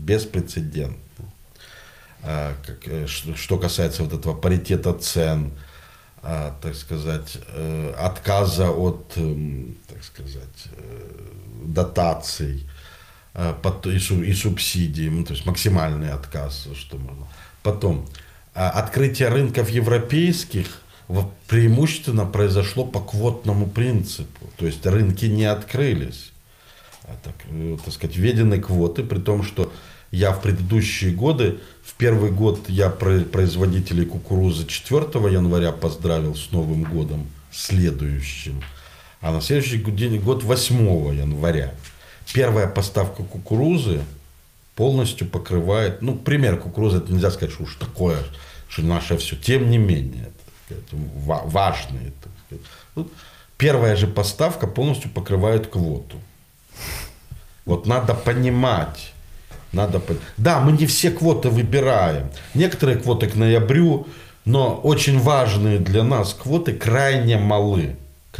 Что касается вот этого паритета цен, так сказать, отказа от, так сказать, дотаций и субсидий, то есть максимальный отказ, что можно. Потом, открытие рынков европейских преимущественно произошло по квотному принципу. То есть рынки не открылись. Так сказать, введены квоты, при том, что я в предыдущие годы, в первый год я производителей кукурузы 4 января поздравил с Новым годом следующим, а на следующий год 8 января. Первая поставка кукурузы полностью покрывает, к примеру, кукуруза, это нельзя сказать, что уж такое, что наше все, тем не менее, важные. Первая же поставка полностью покрывает квоту. Вот надо понимать. Да, мы не все квоты выбираем. Некоторые квоты к ноябрю, но очень важные для нас квоты крайне малы.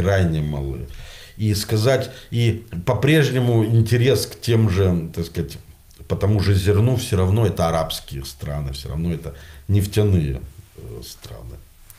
И по-прежнему интерес к тем же, так сказать, по тому же зерну все равно это арабские страны, все равно это нефтяные страны.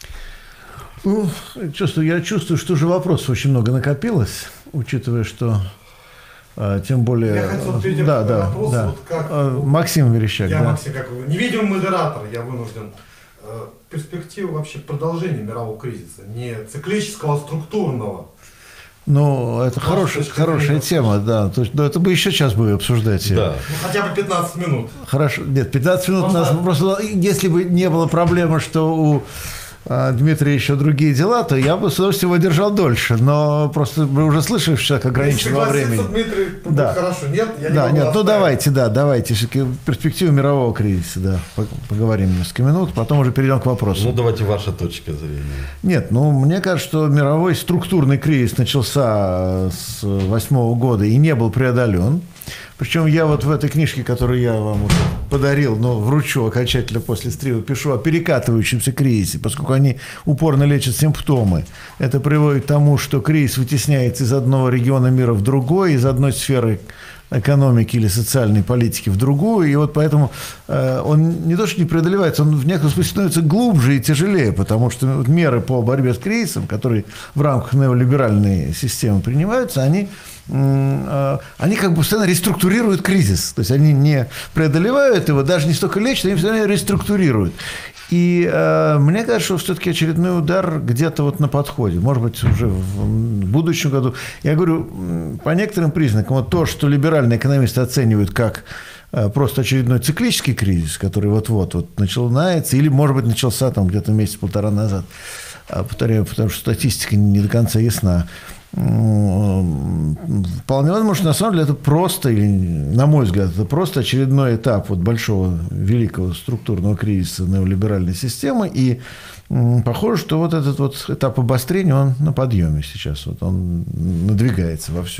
Я чувствую, что уже вопросов очень много накопилось, учитывая, что тем более... Я хотел перейти к вопросу. Да. Вот как, Максим Верещак. Я, Максим, как невидимый модератор, я вынужден перспективы вообще продолжения мирового кризиса, не циклического, а структурного. Ну, это хорошая тема, да. То есть, ну, это бы еще час бы обсуждать. Да. Ну, хотя бы 15 минут. Хорошо. Нет, 15 минут у нас просто... Если бы не было проблемы, что у Дмитрия еще другие дела, то я бы с удовольствием его держал дольше. Но просто вы уже слышали, что человек ограничен во времени. Дмитрий, да. Хорошо. Нет, я не да, могу нет, ну оставить. давайте. Все-таки перспективу мирового кризиса, да. Поговорим несколько минут, потом уже перейдем к вопросу. Ну, давайте ваша точка зрения. Нет, ну, мне кажется, что мировой структурный кризис начался с 2008 года и не был преодолен. Причем я вот в этой книжке, которую я вам уже подарил, но вручу окончательно после стрима, пишу о перекатывающемся кризисе, поскольку они упорно лечат симптомы. Это приводит к тому, что кризис вытесняется из одного региона мира в другой, из одной сферы экономики или социальной политики в другую, и вот поэтому он не то что не преодолевается, он в некотором смысле становится глубже и тяжелее, потому что меры по борьбе с кризисом, которые в рамках неолиберальной системы принимаются, они как бы постоянно реструктурируют кризис, то есть они не преодолевают его, даже не столько лечат, они постоянно реструктурируют. И мне кажется, что все-таки очередной удар где-то вот на подходе, может быть, уже в будущем году. Я говорю, по некоторым признакам, вот то, что либеральные экономисты оценивают как просто очередной циклический кризис, который вот-вот начинается, или, может быть, начался там где-то месяц-полтора назад. Повторяю, потому что статистика не до конца ясна. Вполне возможно, на самом деле это просто, или, на мой взгляд, это просто очередной этап вот большого, великого структурного кризиса неолиберальной системы, и похоже, что вот этот вот этап обострения, он на подъеме сейчас, вот он надвигается вовсю.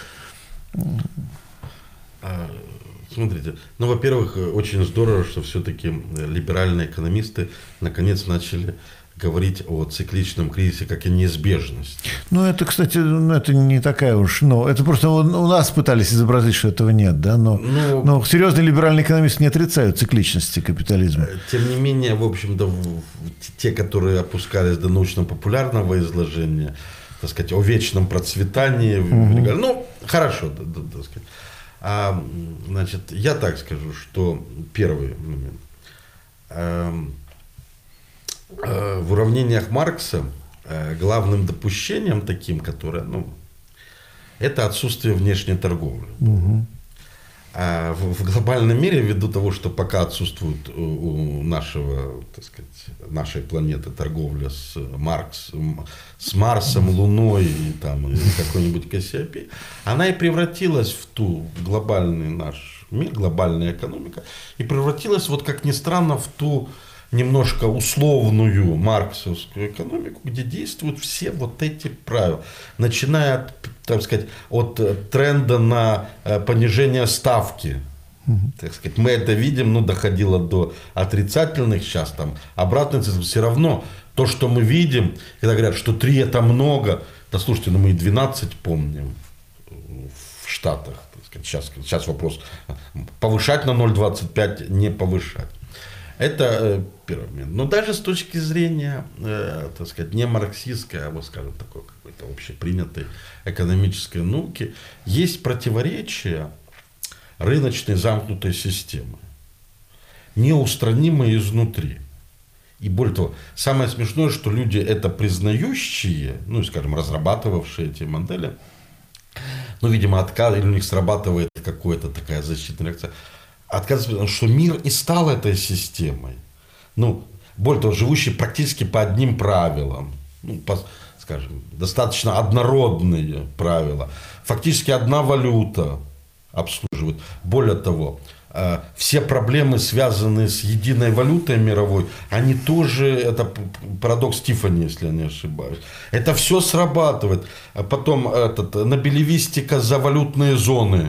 Смотрите, ну, во-первых, очень здорово, что все-таки либеральные экономисты наконец начали говорить о цикличном кризисе как о неизбежности. Ну, это, кстати, это не такая уж... Ну, это просто у нас пытались изобразить, что этого нет, да? Но серьезные либеральные экономисты не отрицают цикличности капитализма. Тем не менее, в общем-то, те, которые опускались до научно-популярного изложения, так сказать, о вечном процветании, ну, хорошо, так сказать. Значит, я так скажу, что первый момент. В уравнениях Маркса главным допущением таким, которое, это отсутствие внешней торговли. А в глобальном мире, ввиду того, что пока отсутствует у нашей планеты торговля с Марсом, Луной и какой-нибудь Кассиопеей, она и превратилась в ту глобальный наш мир, глобальная экономика, и превратилась, вот как ни странно, в ту немножко условную марксовскую экономику, где действуют все вот эти правила, начиная, так сказать, от тренда на понижение ставки. Так сказать, мы это видим, доходило до отрицательных, сейчас там обратно, все равно то, что мы видим, когда говорят, что 3 это много, да слушайте, мы и 12 помним в Штатах. Так сказать, сейчас вопрос, повышать на 0,25, не повышать. Это первый момент. Но даже с точки зрения, так сказать, не марксистской, а вот, скажем, такой какой-то общепринятой экономической науки, есть противоречия рыночной замкнутой системы, неустранимые изнутри. И более того, самое смешное, что люди, это признающие, скажем, разрабатывавшие эти модели, видимо, или у них срабатывает какая-то такая защитная реакция, отказывается, что мир и стал этой системой. Более того, живущий практически по одним правилам. Скажем, достаточно однородные правила. Фактически одна валюта обслуживает. Более того, все проблемы, связанные с единой валютой мировой, они тоже, это парадокс Тиффани, если я не ошибаюсь. Это все срабатывает. Потом нобелевистика за валютные зоны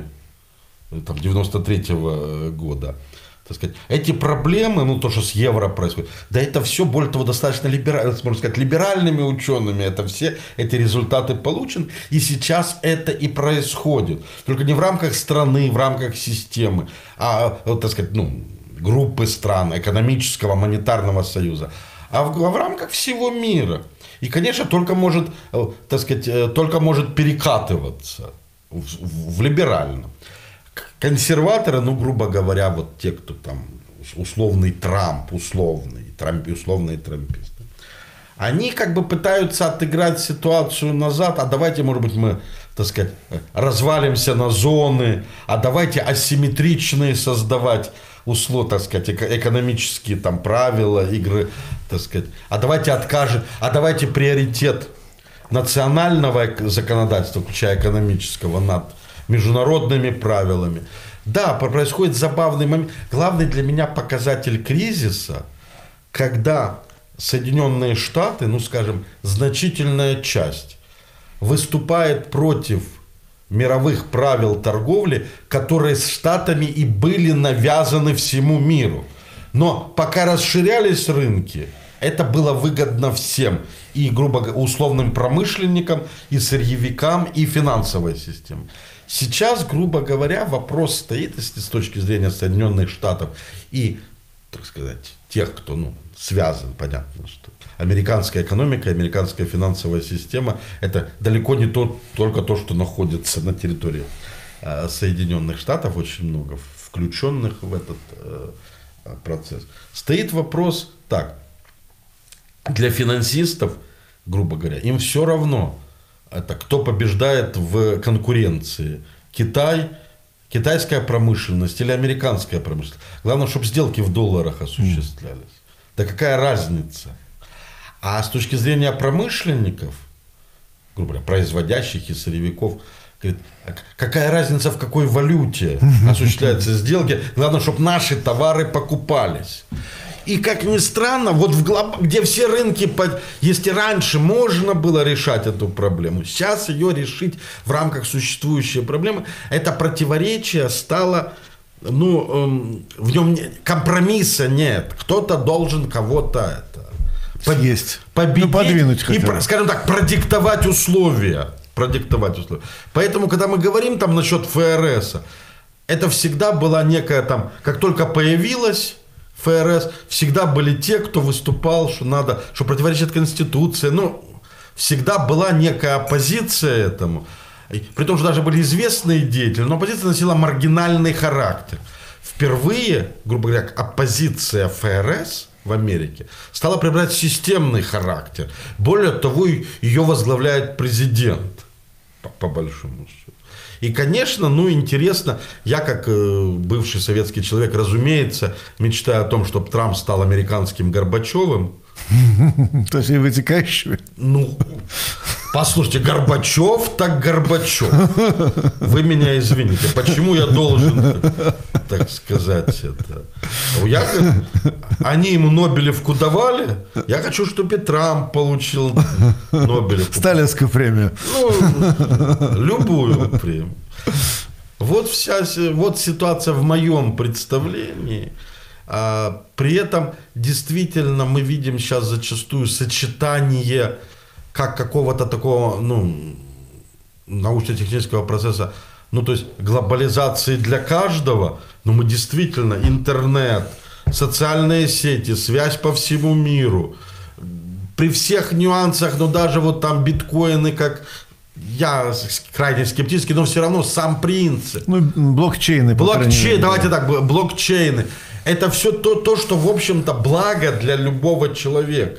93-го года. Так сказать, эти проблемы, то, что с евро происходит, да это все, более того, достаточно либеральными учеными, это все эти результаты получены, и сейчас это и происходит. Только не в рамках страны, в рамках системы, а, так сказать, группы стран, экономического, монетарного союза, а в рамках всего мира. И, конечно, только может перекатываться в либеральном. Консерваторы, грубо говоря, вот те, кто там условный Трамп, условные трамписты, они как бы пытаются отыграть ситуацию назад, а давайте, может быть, мы, так сказать, развалимся на зоны, а давайте асимметричные создавать так сказать, экономические там правила игры, так сказать, а давайте приоритет национального законодательства, включая экономического, над международными правилами. Да, происходит забавный момент. Главный для меня показатель кризиса, когда Соединенные Штаты, ну скажем, значительная часть выступает против мировых правил торговли, которые с Штатами и были навязаны всему миру. Но пока расширялись рынки, это было выгодно всем. И, грубо говоря, условным промышленникам, и сырьевикам, и финансовой системе. Сейчас, грубо говоря, вопрос стоит, если с точки зрения Соединенных Штатов и, так сказать, тех, кто связан, понятно, что американская экономика, американская финансовая система – это далеко не только то, что находится на территории Соединенных Штатов, очень много включенных в этот процесс. Стоит вопрос так, для финансистов, грубо говоря, им все равно, это кто побеждает в конкуренции, Китай, китайская промышленность или американская промышленность. Главное, чтобы сделки в долларах осуществлялись. Да какая разница? А с точки зрения промышленников, грубо говоря, производящих и сырьевиков, говорит, какая разница, в какой валюте осуществляются сделки, главное, чтобы наши товары покупались. И как ни странно, вот где все рынки, если раньше можно было решать эту проблему, сейчас ее решить в рамках существующей проблемы, это противоречие стало, в нем компромисса нет. Кто-то должен кого-то есть. Победить, Подвинуть и, хотя бы. скажем так, продиктовать условия. Поэтому, когда мы говорим там насчет ФРС, это всегда была некая там, как только появилась ФРС, всегда были те, кто выступал, что противоречит Конституции. Всегда была некая оппозиция этому. При том, что даже были известные деятели, но оппозиция носила маргинальный характер. Впервые, грубо говоря, оппозиция ФРС в Америке стала приобретать системный характер. Более того, ее возглавляет президент, по большому счету. И, конечно, интересно, я как бывший советский человек, разумеется, мечтаю о том, чтобы Трамп стал американским Горбачевым. То есть и вытекающими. Послушайте, Горбачев так Горбачев. Вы меня извините, почему я должен, так сказать, это? Они ему Нобелевку давали, я хочу, чтобы и Трамп получил Нобелевку. Сталинскую премию. Любую премию. Вот ситуация в моем представлении. При этом действительно мы видим сейчас зачастую сочетание как какого-то такого научно-технического процесса, то есть глобализации для каждого, но мы действительно интернет, социальные сети, связь по всему миру, при всех нюансах, даже вот там биткоины, как я крайне скептически, но все равно сам принцип. Блокчейны. Давайте так, блокчейны. Это все то, что, в общем-то, благо для любого человека.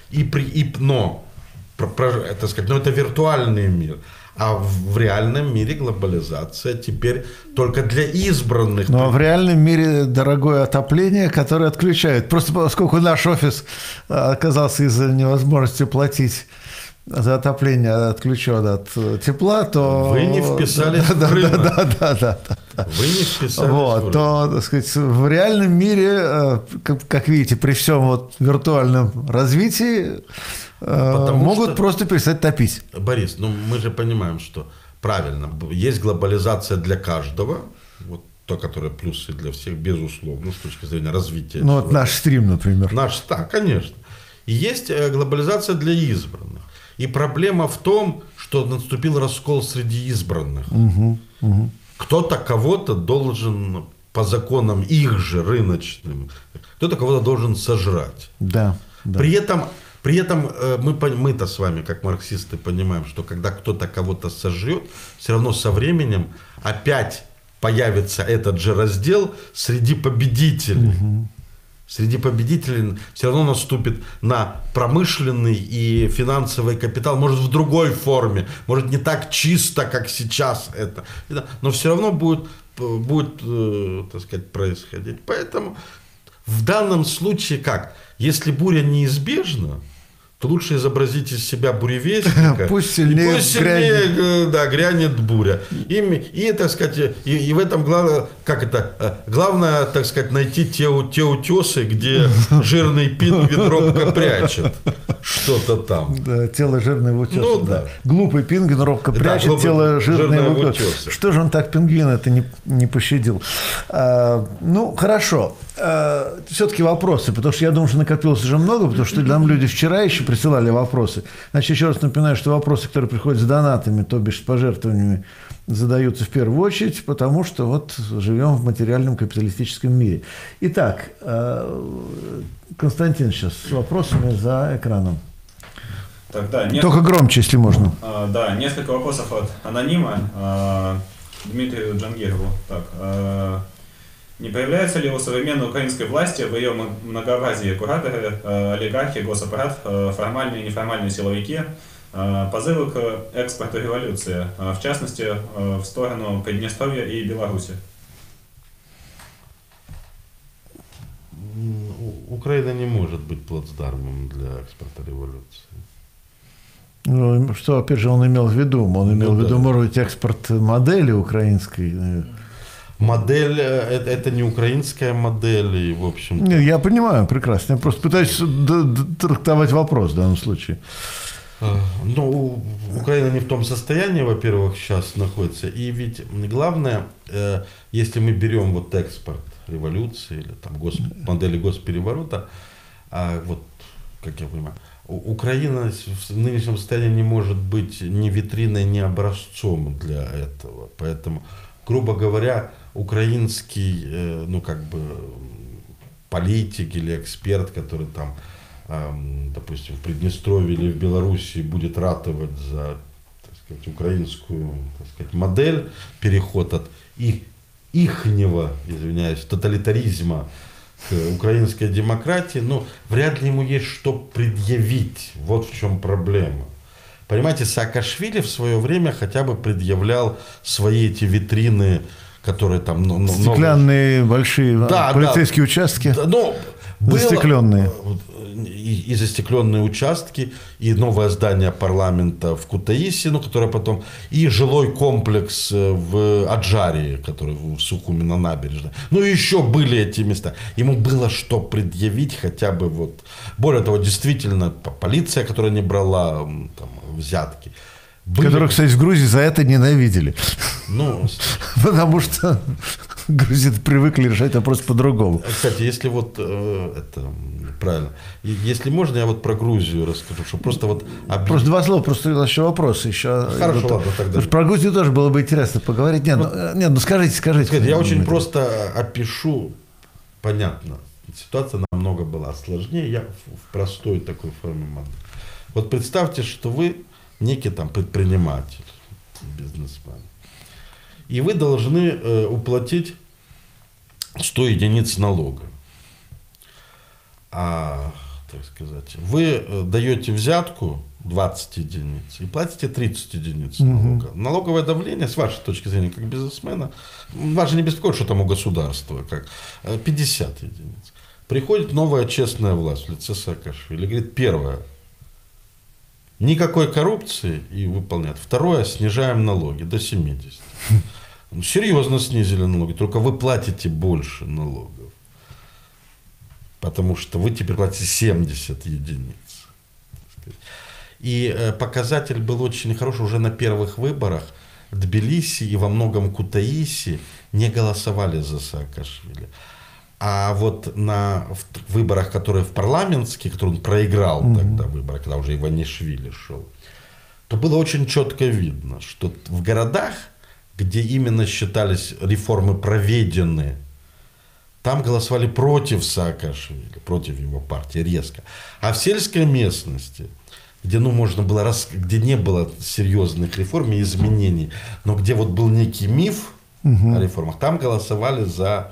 Это виртуальный мир. А в реальном мире глобализация теперь только для избранных. Но в реальном мире дорогое отопление, которое отключают. Просто поскольку наш офис оказался из-за невозможности платить за отопление отключен от тепла, то... Вы не вписались в рынок. Да. Вы не вписались в рынок. То, так сказать, в реальном мире, как видите, при всем виртуальном развитии, могут просто перестать топить. Борис, мы же понимаем, что правильно, есть глобализация для каждого, то, которое плюсы для всех, безусловно, с точки зрения развития. Наш стрим, например. Конечно. И есть глобализация для избранных. И проблема в том, что наступил раскол среди избранных. Кто-то кого-то должен, по законам их же рыночным, кто-то кого-то должен сожрать. Да. При этом мы-то с вами, как марксисты, понимаем, что когда кто-то кого-то сожрет, все равно со временем опять появится этот же раздел среди победителей. Среди победителей все равно наступит на промышленный и финансовый капитал, может в другой форме, может не так чисто, как сейчас это, но все равно будет, так сказать, происходить. Поэтому в данном случае как? Если буря неизбежна, то лучше изобразить из себя буревестника. Пусть сильнее грянет буря. И, так сказать, и в этом главное, так сказать, найти те утесы, где жирный пингвин робко прячет что-то там. Да, тело жирного утеса. Ну, да. Глупый пингвин робко прячет тело жирного утеса. Что же он так пингвина-то не пощадил? Ну, хорошо. Все-таки вопросы, потому что я думаю, что накопилось уже много, потому что нам люди вчера еще присылали вопросы. Значит, еще раз напоминаю, что вопросы, которые приходят с донатами, то бишь с пожертвованиями, задаются в первую очередь, потому что вот живем в материальном капиталистическом мире. Итак, Константин сейчас с вопросами за экраном. Так, да, только громче, если можно. Да, несколько вопросов от анонима Дмитрию Джангирову. Так, не появляются ли у современной украинской власти в ее многообразии кураторы, олигархи, госаппарат, формальные и неформальные силовики, позывы к экспорту революции, в частности, в сторону Приднестровья и Беларуси? Украина не может быть плацдармом для экспорта революции. Ну, что, опять же, он имел в виду? Он имел в виду, может быть, экспорт модели украинской. Модель, это не украинская модель, и, в общем... Нет, я понимаю прекрасно. Я просто пытаюсь трактовать вопрос в данном случае. Ну, Украина не в том состоянии, во-первых, сейчас находится. И ведь главное, если мы берем вот экспорт революции или там модели госпереворота, вот, как я понимаю, Украина в нынешнем состоянии не может быть ни витриной, ни образцом для этого. Поэтому, грубо говоря, украинский, ну, как бы, политик или эксперт, который там, допустим, в Приднестровье или в Белоруссии будет ратовать за, так сказать, украинскую, так сказать, модель, переход от ихнего, извиняюсь, тоталитаризма к украинской демократии, ну, вряд ли ему есть что предъявить. Вот в чем проблема. Понимаете, Саакашвили в свое время хотя бы предъявлял свои эти витрины, которые там... Стеклянные большие полицейские участки. Застекленные. И застекленные участки, и новое здание парламента в Кутаиси, ну, которое потом... И жилой комплекс в Аджарии, который в Сухуми на набережной. Ну, и еще были эти места. Ему было что предъявить хотя бы вот... Более того, действительно, полиция, которая не брала там взятки. Которых, кстати, в Грузии за это ненавидели. Ну, потому что грузины привыкли решать вопрос по-другому. Кстати, если вот это правильно, если можно, я вот про Грузию расскажу, что просто вот... Просто два слова, просто еще вопросы. Хорошо, ладно, тогда. Про Грузию тоже было бы интересно поговорить. Нет, ну скажите. Я очень просто опишу, понятно, ситуация намного была сложнее, я в простой такой форме модели. Вот представьте, что вы некий там предприниматель, бизнесмен, и вы должны уплатить 100 единиц налога. Так сказать, вы даете взятку 20 единиц и платите 30 единиц налога. Налоговое давление, с вашей точки зрения, как бизнесмена, вас же не беспокоит, что там у государства, как 50 единиц. Приходит новая честная власть в лице Саакашвили, говорит, первое, никакой коррупции и выполняют. Второе, снижаем налоги до 70. Серьезно снизили налоги, только вы платите больше налогов. Потому что вы теперь платите 70 единиц. И показатель был очень хороший. Уже на первых выборах Тбилиси и во многом Кутаиси не голосовали за Саакашвили. А вот на выборах, которые в парламентские, которые он проиграл тогда выборы, когда уже Иванишвили шел, то было очень четко видно, что в городах, где именно считались реформы проведены, там голосовали против Саакашвили, против его партии резко. А в сельской местности, где, можно было, где не было серьезных реформ и изменений, но где вот был некий миф о реформах, там голосовали за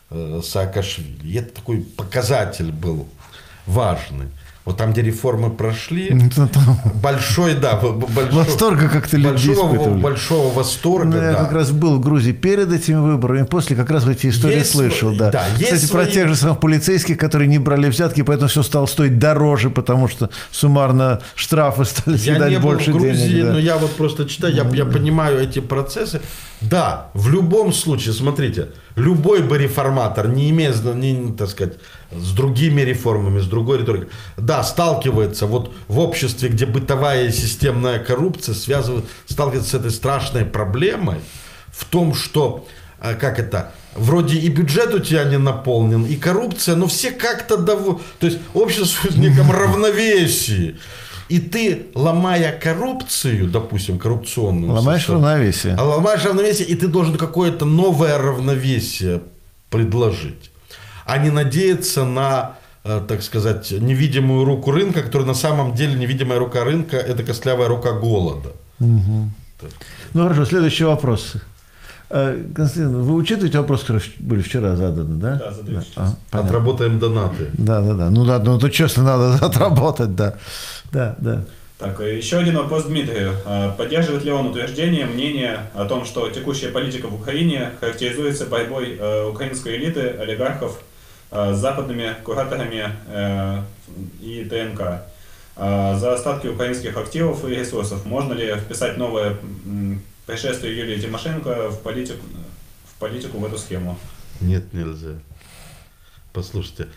Саакашвили. И это такой показатель был важный. Вот там, где реформы прошли, большой, да, восторга как-то люди испытывали. Большого восторга, я как раз был в Грузии перед этими выборами, после как раз эти истории слышал, да. Кстати, про тех же самых полицейских, которые не брали взятки, поэтому все стало стоить дороже, потому что суммарно штрафы стали съедать больше денег. Я не был в Грузии, но я вот просто читаю, я понимаю эти процессы. Да, в любом случае, смотрите, любой бы реформатор, не имея, так сказать, с другими реформами, с другой риторикой, да, сталкивается вот в обществе, где бытовая и системная коррупция сталкивается с этой страшной проблемой в том, что, как это, вроде и бюджет у тебя не наполнен, и коррупция, но все как-то то есть общество в неком равновесии. И ты, ломая коррупцию, допустим, коррупционную... Ломаешь равновесие. Ломаешь равновесие, и ты должен какое-то новое равновесие предложить. А не надеяться на, так сказать, невидимую руку рынка, которая на самом деле невидимая рука рынка – это костлявая рука голода. Угу. Ну хорошо, следующий вопрос. Константин, вы учитываете вопросы, которые были вчера заданы, да? Да, задаю. Отработаем донаты. Да. Ну да, ну тут честно надо отработать, да. Да. Так, еще один вопрос Дмитрию. Поддерживает ли он мнение о том, что текущая политика в Украине характеризуется борьбой украинской элиты, олигархов с западными кураторами и ТНК за остатки украинских активов и ресурсов? Можно ли вписать новое пришествие Юлии Тимошенко в политику в эту схему? Нет, нельзя. Послушайте,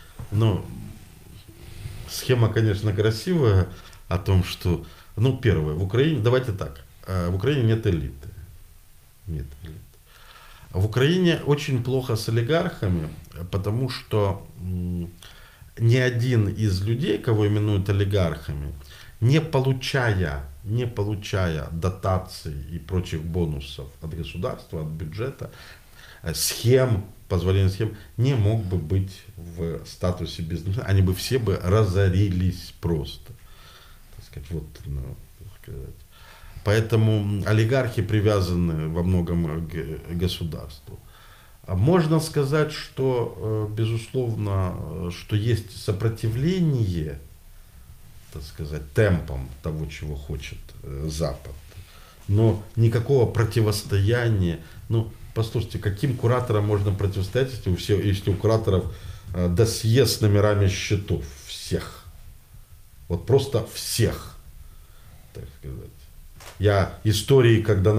схема, конечно, красивая о том, что, первое, в Украине, давайте так, в Украине нет элиты. Нет элиты. В Украине очень плохо с олигархами, потому что ни один из людей, кого именуют олигархами, не получая дотаций и прочих бонусов от государства, от бюджета, позволения схем, не мог бы быть в статусе бизнесмена. Они бы все разорились просто. Так сказать, Поэтому олигархи привязаны во многом к государству. Можно сказать, что, безусловно, что есть сопротивление, так сказать, темпом того, чего хочет Запад. Но никакого противостояния. Послушайте, каким кураторам можно противостоять, если у кураторов досье с номерами счетов всех? Вот просто всех, так сказать. Я истории, когда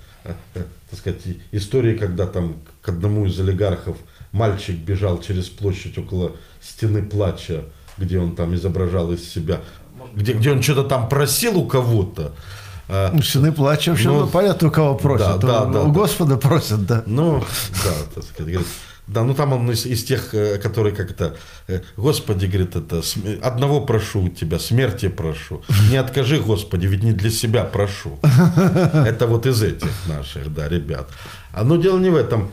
там к одному из олигархов мальчик бежал через площадь около стены плача, где он там изображал из себя, где он что-то там просил у кого-то. Стены плача вообще, понятно, у кого просят. У Господа просят, да. Так сказать, говорит. Да, там он из тех, которые Господи, говорит, одного прошу у тебя, смерти прошу. Не откажи, Господи, ведь не для себя прошу. Это вот из этих наших, да, ребят. Но дело не в этом.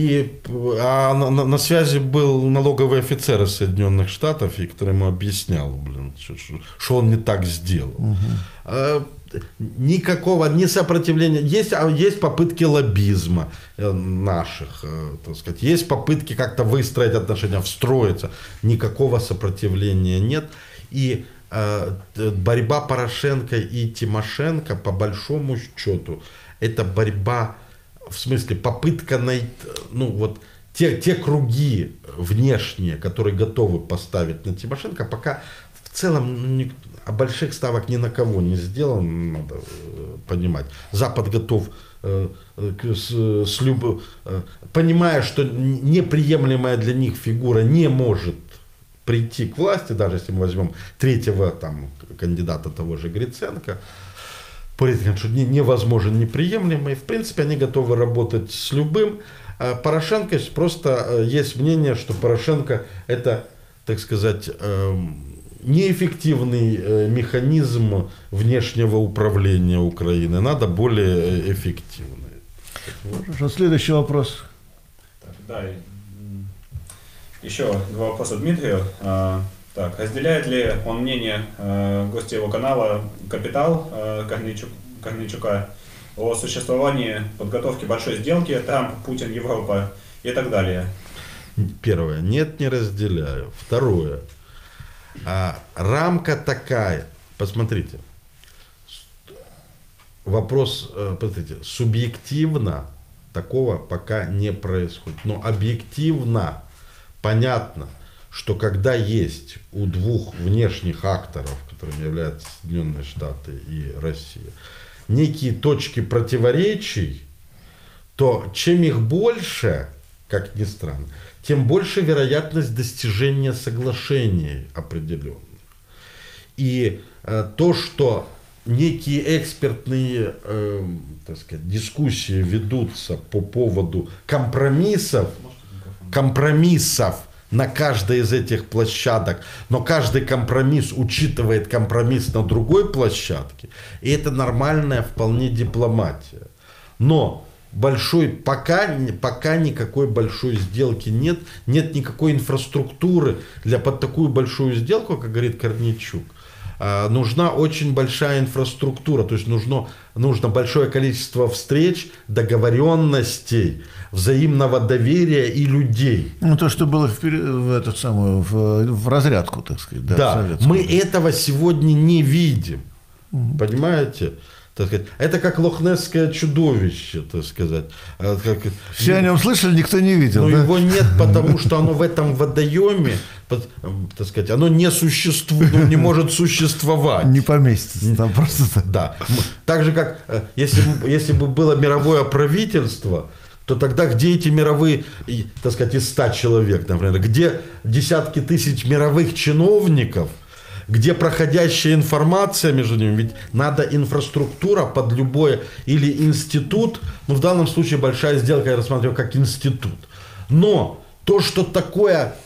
На связи был налоговый офицер из Соединенных Штатов, и который ему объяснял, что он не так сделал. Никакого не сопротивления. Есть попытки лоббизма наших, так сказать. Есть попытки как-то выстроить отношения, встроиться. Никакого сопротивления нет. И борьба Порошенко и Тимошенко, по большому счету, это борьба, в смысле, попытка найти, те круги внешние, которые готовы поставить на Тимошенко, пока в целом больших ставок ни на кого не сделано, надо понимать. Запад готов, понимая, что неприемлемая для них фигура не может прийти к власти, даже если мы возьмем третьего кандидата того же Гриценко, по рейтингам, что невозможен, неприемлемый. В принципе, они готовы работать с любым. Порошенко, просто есть мнение, что Порошенко это, так сказать, неэффективный механизм внешнего управления Украины. Надо более эффективный. Хорошо, следующий вопрос. Да, еще два вопроса Дмитрию. Разделяет ли он мнение гостя его канала «Капитал» Корнейчука о существовании подготовки большой сделки Трамп, Путин, Европа и так далее? Первое. Нет, не разделяю. Второе. Рамка такая. Посмотрите. Вопрос, посмотрите, субъективно такого пока не происходит. Но объективно понятно, что когда есть у двух внешних акторов, которыми являются Соединенные Штаты и Россия, некие точки противоречий, то чем их больше, как ни странно, тем больше вероятность достижения соглашений определенных. И то, что некие экспертные, так сказать, дискуссии ведутся по поводу компромиссов на каждой из этих площадок, но каждый компромисс учитывает компромисс на другой площадке, и это нормальная вполне дипломатия. Но пока никакой большой сделки нет никакой инфраструктуры под такую большую сделку, как говорит Корнейчук. Нужна очень большая инфраструктура, то есть нужно большое количество встреч, договоренностей, взаимного доверия и людей. Ну, то, что было в разрядку, так сказать. Да, мы этого сегодня не видим, понимаете? Так сказать, это как лохнесское чудовище, так сказать. Все о нем слышали, никто не видел. Но да? его нет, потому что оно в этом водоеме, так сказать, оно не существует, не может существовать. Не поместится там просто. Да. Так же, как если бы было мировое правительство, то тогда где эти мировые, так сказать, из 100 человек, например, где десятки тысяч мировых чиновников, где проходящая информация между ними, ведь надо инфраструктура под любое, или институт, в данном случае большая сделка я рассматриваю как институт. Но то, что такая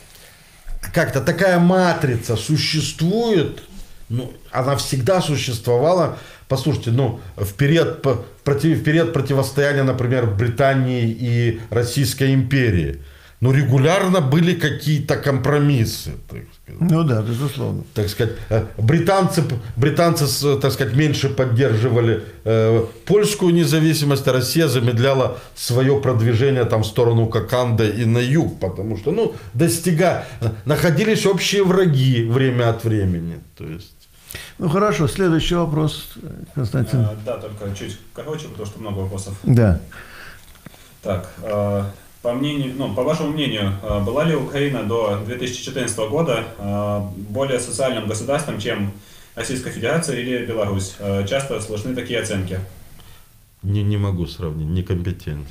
матрица существует, она всегда существовала. Послушайте, в период противостояния, например, Британии и Российской империи, регулярно были какие-то компромиссы. Так сказать. Ну да, безусловно. Так сказать, британцы, так сказать, меньше поддерживали польскую независимость, а Россия замедляла свое продвижение в сторону Коканды и на юг, потому что, находились общие враги время от времени. То есть. Ну хорошо, следующий вопрос, Константин. Да, только чуть короче, потому что много вопросов. Да. Так, по вашему мнению, была ли Украина до 2014 года более социальным государством, чем Российская Федерация или Беларусь? Часто слышны такие оценки. Не могу сравнить, некомпетентен.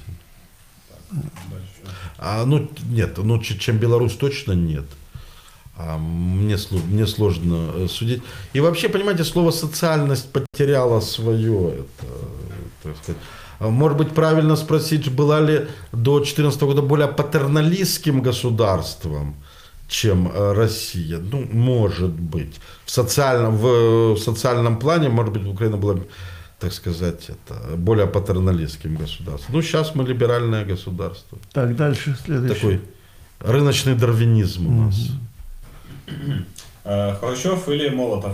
Так, нет, чем Беларусь точно нет. Мне сложно судить. И вообще, понимаете, слово социальность потеряло свое, так сказать. Может быть, правильно спросить, была ли до 2014 года более патерналистским государством, чем Россия? Может быть. В социальном плане, может быть, Украина была, так сказать, более патерналистским государством. Сейчас мы либеральное государство. Так, дальше, следующий. Такой рыночный дарвинизм у нас. Хрущев или Молотов?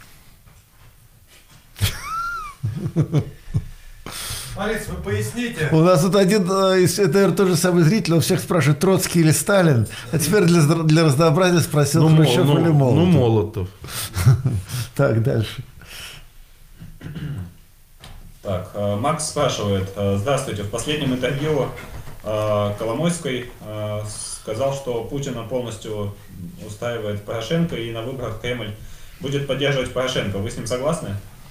Борис, вы поясните. У нас тут один, это тот же самый зритель, он всех спрашивает, Троцкий или Сталин, а теперь для разнообразия спросил, Хрущев или Молотов. Молотов. Так, дальше. Так, Макс спрашивает, здравствуйте, в последнем интервью Коломойской сказал, что Путина полностью устраивает Порошенко, и на выборах Кремль будет поддерживать Порошенко. Вы с ним согласны?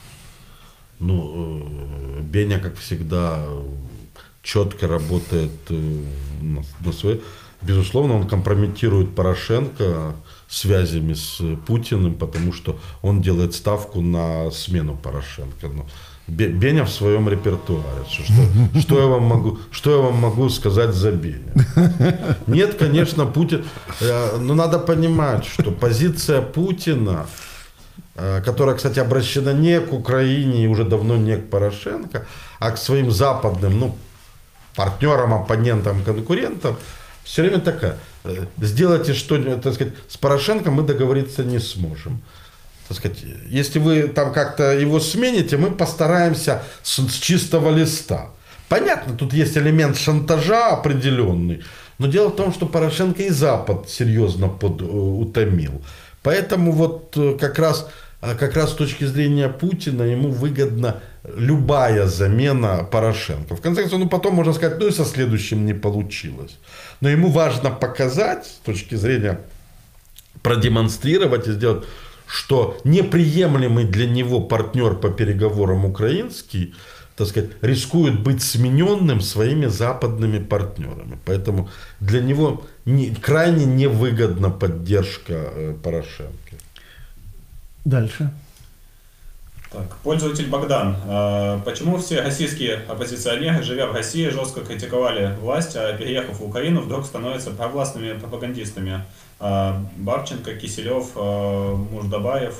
Беня, как всегда, четко работает на своей. Безусловно, он компрометирует Порошенко связями с Путиным, потому что он делает ставку на смену Порошенко. Беня в своем репертуаре. Что я вам могу сказать за Беня? Нет, конечно, Путин. Но надо понимать, что позиция Путина, которая, кстати, обращена не к Украине и уже давно не к Порошенко, а к своим западным партнерам, оппонентам, конкурентам, все время такая. Сделайте что-нибудь, так сказать, с Порошенко мы договориться не сможем. Так сказать, если вы там как-то его смените, мы постараемся с чистого листа. Понятно, тут есть элемент шантажа определенный, Но дело в том, что Порошенко и Запад серьезно утомил. Поэтому вот как раз с точки зрения Путина ему выгодна любая замена Порошенко. В конце концов, потом можно сказать, и со следующим не получилось. Но ему важно показать, с точки зрения продемонстрировать и сделать, что неприемлемый для него партнер по переговорам украинский, так сказать, рискует быть смененным своими западными партнерами. Поэтому для него крайне невыгодна поддержка Порошенко. Дальше. Так, пользователь Богдан. Почему все российские оппозиционеры, живя в России, жестко критиковали власть, а переехав в Украину, вдруг становятся провластными пропагандистами? Бабченко, Киселев, Муждабаев,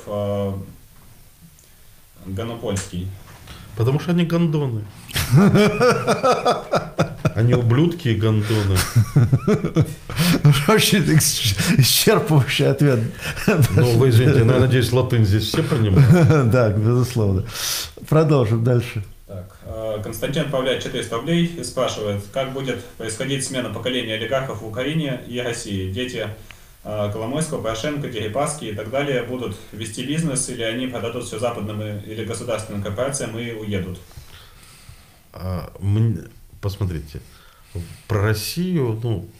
Ганопольский. Потому что они гондоны. Они ублюдки и гондоны. Очень исчерпывающий ответ. Ну, вы извините, я надеюсь, латынь здесь все понимают. Да, безусловно. Продолжим дальше. Так, Константин отправляет 400 рублей и спрашивает, как будет происходить смена поколения олигархов в Украине и России. Дети Коломойского, Порошенко, Дерипаски и так далее будут вести бизнес, или они продадут все западным или государственным корпорациям и уедут? Посмотрите, про Россию,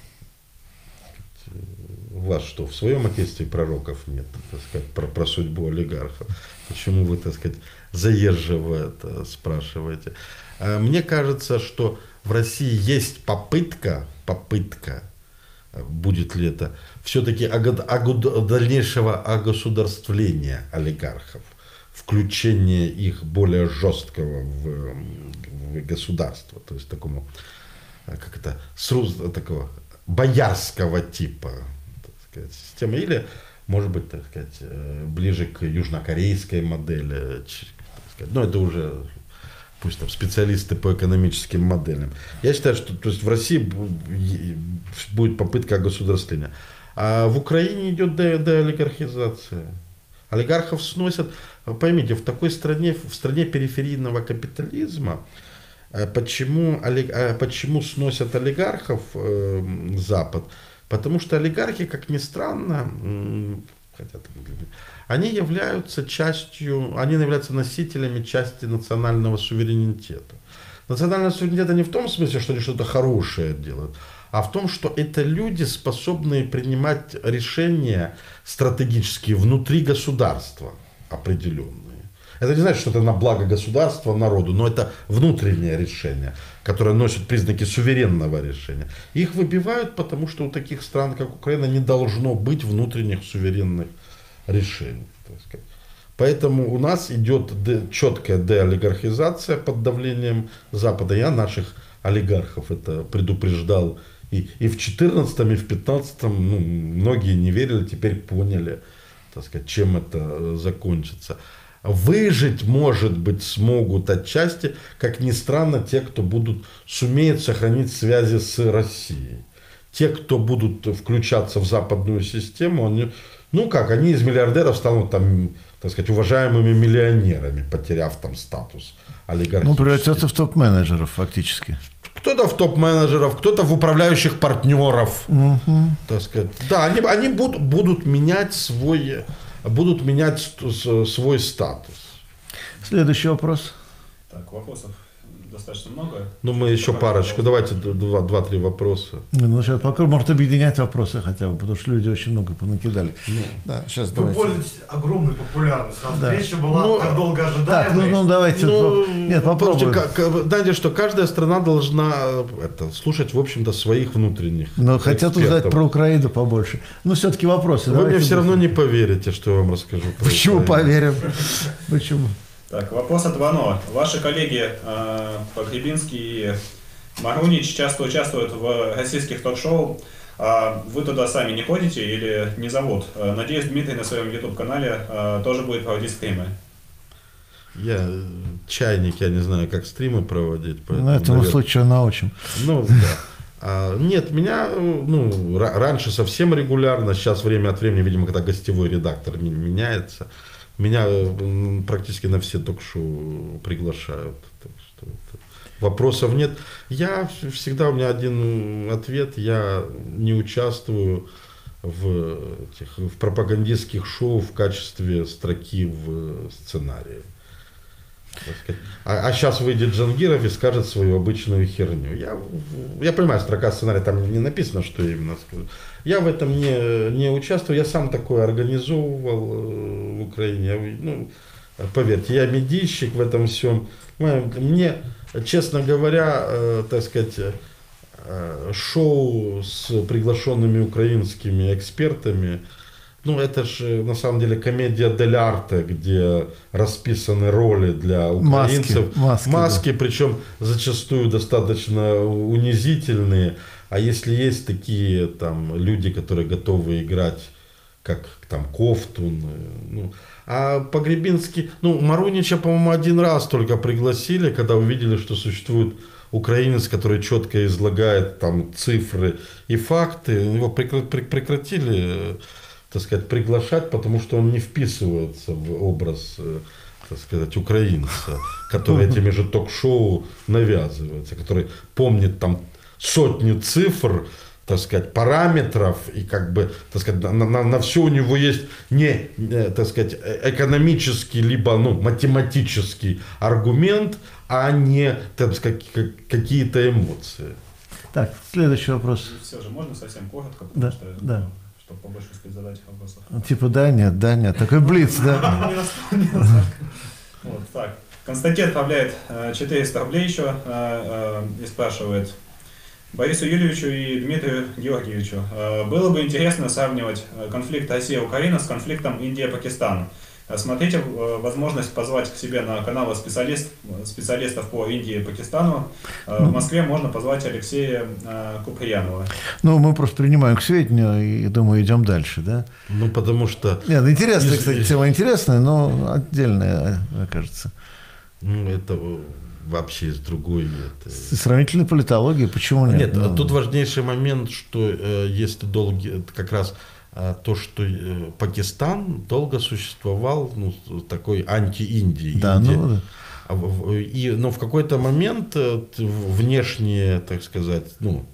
у вас что, в своем отечестве пророков нет, так сказать, про судьбу олигархов? Почему вы, так сказать, заезжего это спрашиваете? Мне кажется, что в России есть попытка, будет ли это, все-таки дальнейшего огосударствления олигархов, включения их более жесткого в государство, то есть такому, такого боярского типа, так сказать, системы, или, может быть, так сказать, ближе к южнокорейской модели, так сказать, это уже пусть там специалисты по экономическим моделям. Я считаю, что то есть в России будет попытка государствления. А в Украине идет деолигархизация. Олигархов сносят. Поймите, в такой стране, в стране периферийного капитализма, почему сносят олигархов Запад? Потому что олигархи, как ни странно, они являются носителями части национального суверенитета. Национальный суверенитет не в том смысле, что они что-то хорошее делают, а в том, что это люди, способные принимать решения стратегические внутри государства определенные. Это не значит, что это на благо государства, народу, но это внутреннее решение, которое носит признаки суверенного решения. Их выбивают, потому что у таких стран, как Украина, не должно быть внутренних суверенных решений. Так сказать. Поэтому у нас идет четкая деолигархизация под давлением Запада. Я наших олигархов это предупреждал и в 2014, и в 2015. Многие не верили, теперь поняли, так сказать, чем это закончится. Выжить, может быть, смогут отчасти, как ни странно, те, кто сумеют сохранить связи с Россией. Те, кто будут включаться в западную систему, они из миллиардеров станут так сказать, уважаемыми миллионерами, потеряв статус олигархический. Превратятся в топ-менеджеров фактически. Кто-то в топ-менеджеров, кто-то в управляющих партнеров. Так сказать. Да, они будут менять свой статус. Следующий вопрос. Так, вопросов достаточно много. Мы еще парочку. Давайте 2-3 вопроса. Сейчас может объединять вопросы хотя бы, потому что люди очень много понакидали. Да, сейчас Вы давайте. пользуетесь огромной популярностью. Да. Встреча была так долго Так, ожидаемой. давайте. Нет, попробуем. Знаете, что каждая страна должна слушать, в общем-то, своих внутренних Хотят экспертов. узнать про Украину побольше. Все-таки вопросы. Вы мне все равно не поверите, что я вам расскажу. Почему поверим? Почему? Так, вопрос от Вано. Ваши коллеги Погребинский и Марунич часто участвуют в российских ток-шоу. Вы туда сами не ходите или не зовут? Надеюсь, Дмитрий на своем YouTube-канале тоже будет проводить стримы. Я чайник, я не знаю, как стримы проводить. На этом случае научим. Да. Нет, меня раньше совсем регулярно, сейчас время от времени, видимо, когда гостевой редактор меняется, меня практически на все ток-шоу приглашают. Так что вопросов нет. Всегда у меня один ответ, я не участвую в пропагандистских шоу в качестве строки в сценарии. А сейчас выйдет Джангиров и скажет свою обычную херню. Я понимаю, строка сценария, там не написано, что я именно скажу. Я в этом не участвую, я сам такое организовывал в Украине. Поверьте, я медийщик в этом всем. Мне, честно говоря, так сказать, шоу с приглашенными украинскими экспертами, это же на самом деле комедия дель арте, где расписаны роли для украинцев. Маски, да. Причем зачастую достаточно унизительные. А если есть такие там люди, которые готовы играть, как там Ковтун, а Погребинский, Марунича, по-моему, один раз только пригласили, когда увидели, что существует украинец, который четко излагает там цифры и факты, его прекратили, так сказать, приглашать, потому что он не вписывается в образ, так сказать, украинца, который этими же ток-шоу навязывается, который помнит там сотни цифр, так сказать, параметров, и как бы, так сказать, на все у него есть не, так сказать, экономический, либо математический аргумент, а не, так сказать, какие-то эмоции. Так, следующий вопрос. Все же можно совсем коротко, да, потому что, да. чтобы побольше успеть задать вопросов. Типа да, нет, такой блиц, да? Вот, так. Константин отправляет 400 рублей еще и спрашивает: Борису Юрьевичу и Дмитрию Георгиевичу, было бы интересно сравнивать конфликт Россия-Украина с конфликтом Индия-Пакистан. Смотрите возможность позвать к себе на каналы специалистов по Индии и Пакистану. В Москве можно позвать Алексея Куприянова. Мы просто принимаем к сведению и, думаю, идем дальше, да? Потому что... Нет, интересная, кстати, тема интересная, но отдельная, мне кажется. Это вообще из другой... Сравнительной политологии, почему нет? Нет, тут важнейший момент, что если долгий, как раз то, что Пакистан долго существовал, такой анти-Индии. Да, да. Но в какой-то момент внешние, так сказать,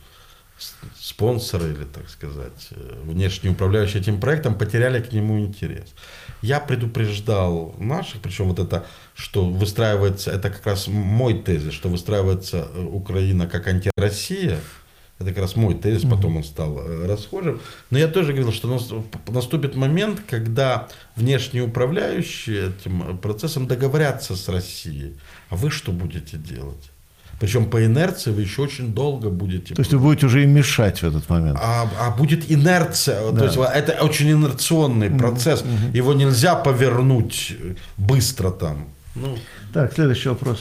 спонсоры или, так сказать, внешние управляющие этим проектом потеряли к нему интерес. Я предупреждал наших, причем что выстраивается, это как раз мой тезис, что выстраивается Украина как антироссия. Это как раз мой тезис, потом он стал расхожим. Но я тоже говорил, что наступит момент, когда внешние управляющие этим процессом договорятся с Россией. А вы что будете делать? Причем по инерции вы еще очень долго будете... То есть вы будете уже им мешать в этот момент. А будет инерция. Да. То есть это очень инерционный процесс. Его нельзя повернуть быстро там. Так, следующий вопрос.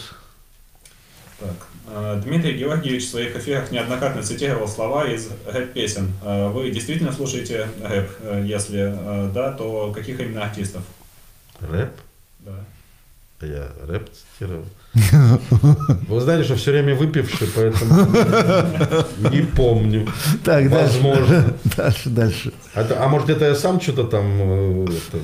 Так. Дмитрий Георгиевич в своих эфирах неоднократно цитировал слова из рэп-песен. Вы действительно слушаете рэп? Если да, то каких именно артистов? Рэп? Да. Я рэп цитировал. Вы знаете, что все время выпивший, поэтому не помню. Так, возможно. Дальше. А может, это я сам что-то там...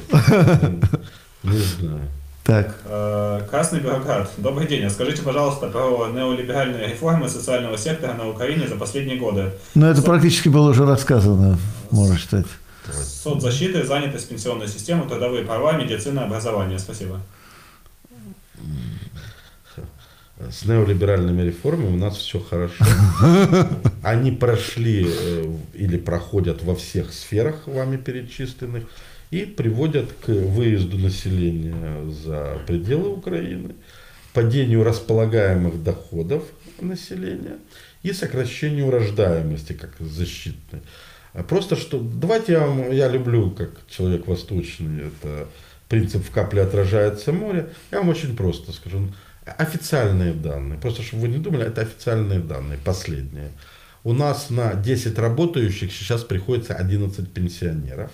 Не знаю. Так. Красный бюрократ. Добрый день. Скажите, пожалуйста, про неолиберальные реформы социального сектора на Украине за последние годы. Это практически было уже рассказано, можно считать. Соцзащита, занятость, пенсионная система, трудовые права, медицина, образование. Спасибо. С неолиберальными реформами у нас все хорошо. Они прошли или проходят во всех сферах, вами перечисленных, и приводят к выезду населения за пределы Украины, падению располагаемых доходов населения и сокращению рождаемости как защитной. Просто что, давайте я люблю, как человек восточный, это принцип «в капле отражается море», я вам очень просто скажу. Официальные данные, просто чтобы вы не думали, это официальные данные, последние. У нас на 10 работающих сейчас приходится 11 пенсионеров.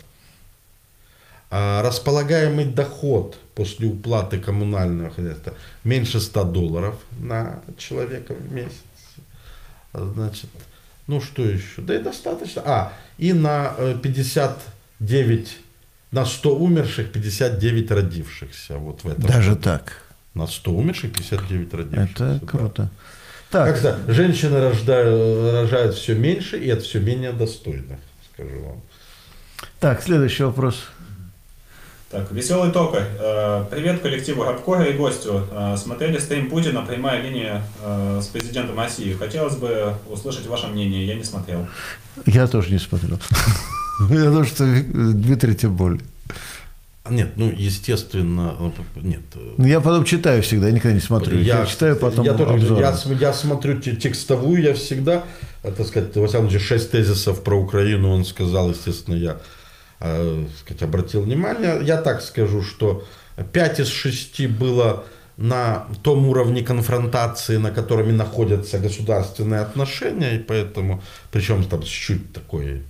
А располагаемый доход после уплаты коммунального хозяйства меньше $100 на человека в месяц. Значит, что еще? Да и достаточно. И на 59, на 100 умерших 59 родившихся. Вот в этом. Даже так? На 100 умерших 59 родившихся. Это круто. Так. Как-то женщины рожают все меньше и от все менее достойных, скажу вам. Так, следующий вопрос. Так, веселый токарь. Привет коллективу Рабкора и гостю. Смотрели стрим Путина, прямая линия с президентом России. Хотелось бы услышать ваше мнение. Я не смотрел. Я тоже не смотрел. Я думаю, что Дмитрий тем более. Нет, ну, естественно, нет. Ну, я потом читаю всегда, я никогда не смотрю. Я читаю потом обзоры. Я смотрю текстовую, я всегда, так сказать, во всяком случае, 6 тезисов про Украину он сказал, естественно, я, так сказать, обратил внимание. Я так скажу, что 5 из 6 было на том уровне конфронтации, на котором и находятся государственные отношения, и поэтому, причем там чуть такой...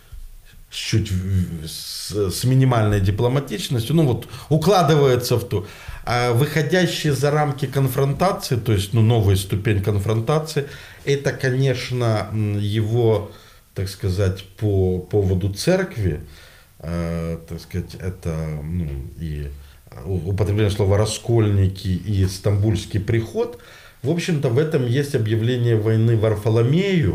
с минимальной дипломатичностью, ну вот укладывается в то, а выходящие за рамки конфронтации, то есть новая ступень конфронтации, это, конечно, его, так сказать, по поводу церкви, так сказать, это и употребление слова раскольники и стамбульский приход, в общем-то в этом есть объявление войны Варфоломею.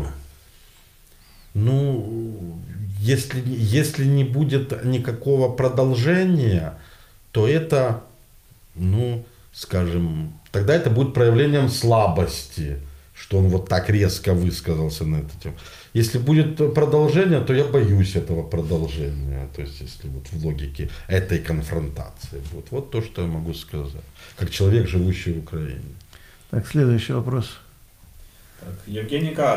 Если не будет никакого продолжения, то это, скажем, тогда это будет проявлением слабости, что он вот так резко высказался на эту тему. Если будет продолжение, то я боюсь этого продолжения, то есть если вот в логике этой конфронтации. Вот то, что я могу сказать, как человек, живущий в Украине. Так, следующий вопрос. Так, Евгений К.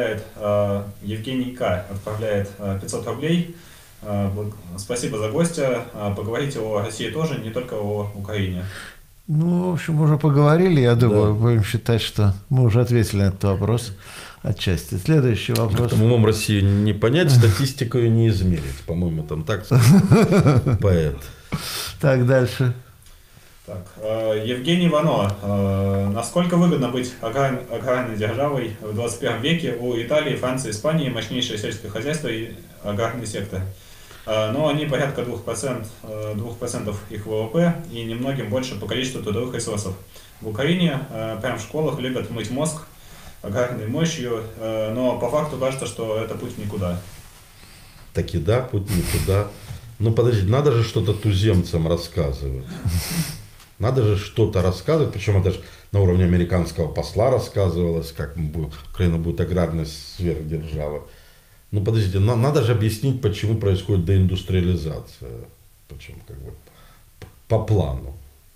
отправляет 500 рублей. Спасибо за гостя. Поговорите о России тоже, не только о Украине. Ну, в общем, уже поговорили, я думаю, Да. будем считать, что мы уже ответили на этот вопрос отчасти. Следующий вопрос. Умом Россию не понять, статистику ее не измерить. По-моему, там так сказал поэт. Так, дальше. Так, Евгений Вано. Насколько выгодно быть аграрной державой в 21 веке? У Италии, Франции, Испании мощнейшее сельское хозяйство и аграрный сектор. Но они порядка 2% их ВВП и немногим больше по количеству трудовых ресурсов. В Украине прямо в школах любят мыть мозг аграрной мощью, но по факту кажется, что это путь в никуда. Таки да, путь не туда. Ну подожди, надо же что-то туземцам рассказывать. Надо же что-то рассказывать, причем это же на уровне американского посла рассказывалось, как Украина будет аграрной сверхдержавой. Ну подождите, надо же объяснить, почему происходит деиндустриализация. Причем как бы по плану.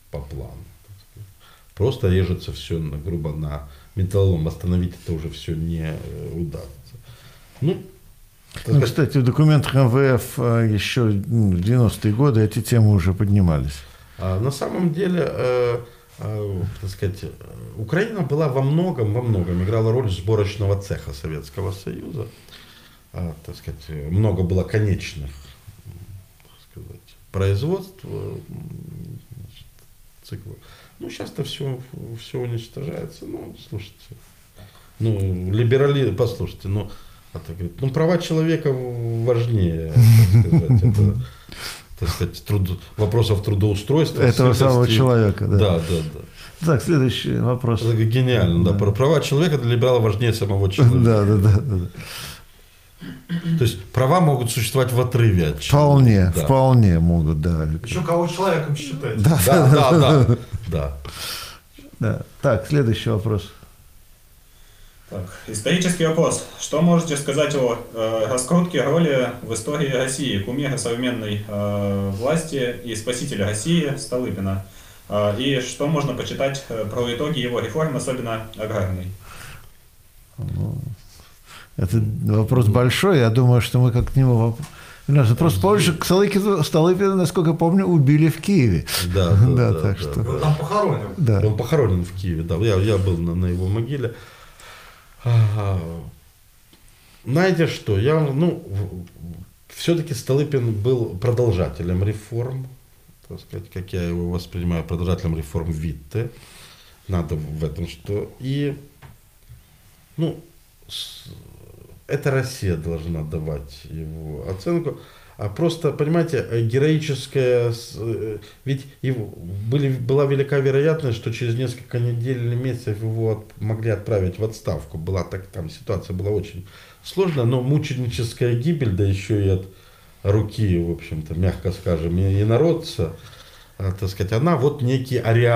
Просто режется все, грубо, на металлолом. Остановить это уже все не удастся. Кстати, в документах МВФ еще в 90-е годы эти темы уже поднимались. На самом деле, так сказать, Украина была во многом играла роль сборочного цеха Советского Союза. Так сказать, много было конечных, так сказать, производств, циклов. Сейчас-то все уничтожается. Слушайте, послушайте, права человека важнее, так сказать, вопросов трудоустройства. Этого самого человека, да. Да. Так, следующий вопрос. Это гениально, да. Права человека для либерала важнее самого человека. Да. То есть права могут существовать в отрыве от человека. Вполне могут, да. Еще кого человеком считать. Да. Так, следующий вопрос. Так, исторический вопрос. Что можете сказать о раскрутке роли в истории России кумира современной власти и спасителя России Столыпина? И что можно почитать про итоги его реформ, особенно аграрной? Это вопрос большой. Я думаю, что мы как к нему... Просто позже Столыпина, насколько я помню, убили в Киеве. Да. Так что... Он там похоронен. Да. Он похоронен в Киеве, да. Я был на его могиле. Знаете что, все-таки Столыпин был продолжателем реформ, так сказать, как я его воспринимаю, продолжателем реформ Витте. Надо в этом что. И, это Россия должна давать его оценку. А просто, понимаете, героическое... Ведь была велика вероятность, что через несколько недель или месяцев его могли отправить в отставку. Там ситуация была очень сложная, но мученическая гибель, да еще и от руки, в общем-то, мягко скажем, инородца, так сказать, она вот некий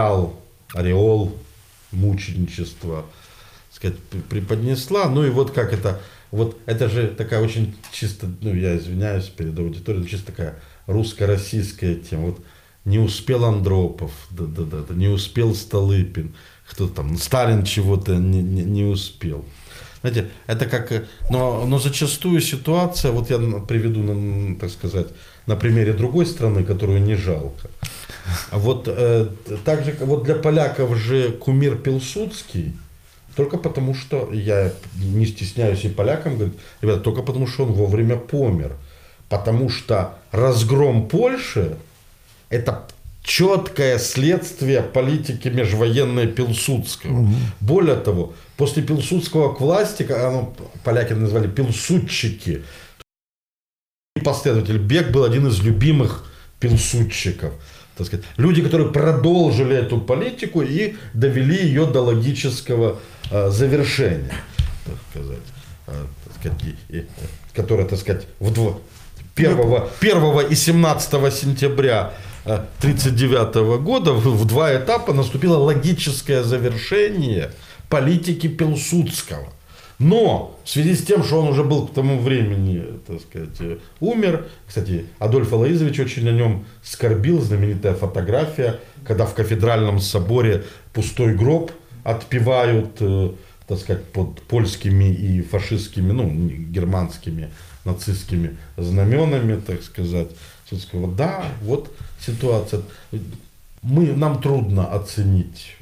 ореол мученичества, так сказать, преподнесла. Ну и вот как это же такая очень чисто, я извиняюсь перед аудиторией, чисто такая русско-российская тема. Вот не успел Андропов, не успел Столыпин, кто-то там, Сталин чего-то не успел. Знаете, это как, но зачастую ситуация, вот я приведу, так сказать, на примере другой страны, которую не жалко. Вот также вот для поляков же кумир Пилсудский, только потому что, я не стесняюсь и полякам говорить, ребята, только потому что он вовремя помер. Потому что разгром Польши – это четкое следствие политики межвоенной Пилсудского. Угу. Более того, после Пилсудского к власти, поляки назвали пилсудчики, последователь Бек был один из любимых пилсудчиков. Так сказать, люди, которые продолжили эту политику и довели ее до логического завершения, так сказать, которое, так сказать, 1 и 17 сентября 1939 года в два этапа наступило логическое завершение политики Пилсудского. Но в связи с тем, что он уже был к тому времени, так сказать, умер, кстати, Адольф Алоизович очень о нем скорбил, знаменитая фотография, когда в кафедральном соборе пустой гроб отпевают, так сказать, под польскими и фашистскими, германскими нацистскими знаменами, так сказать. Да, вот ситуация. Нам трудно оценить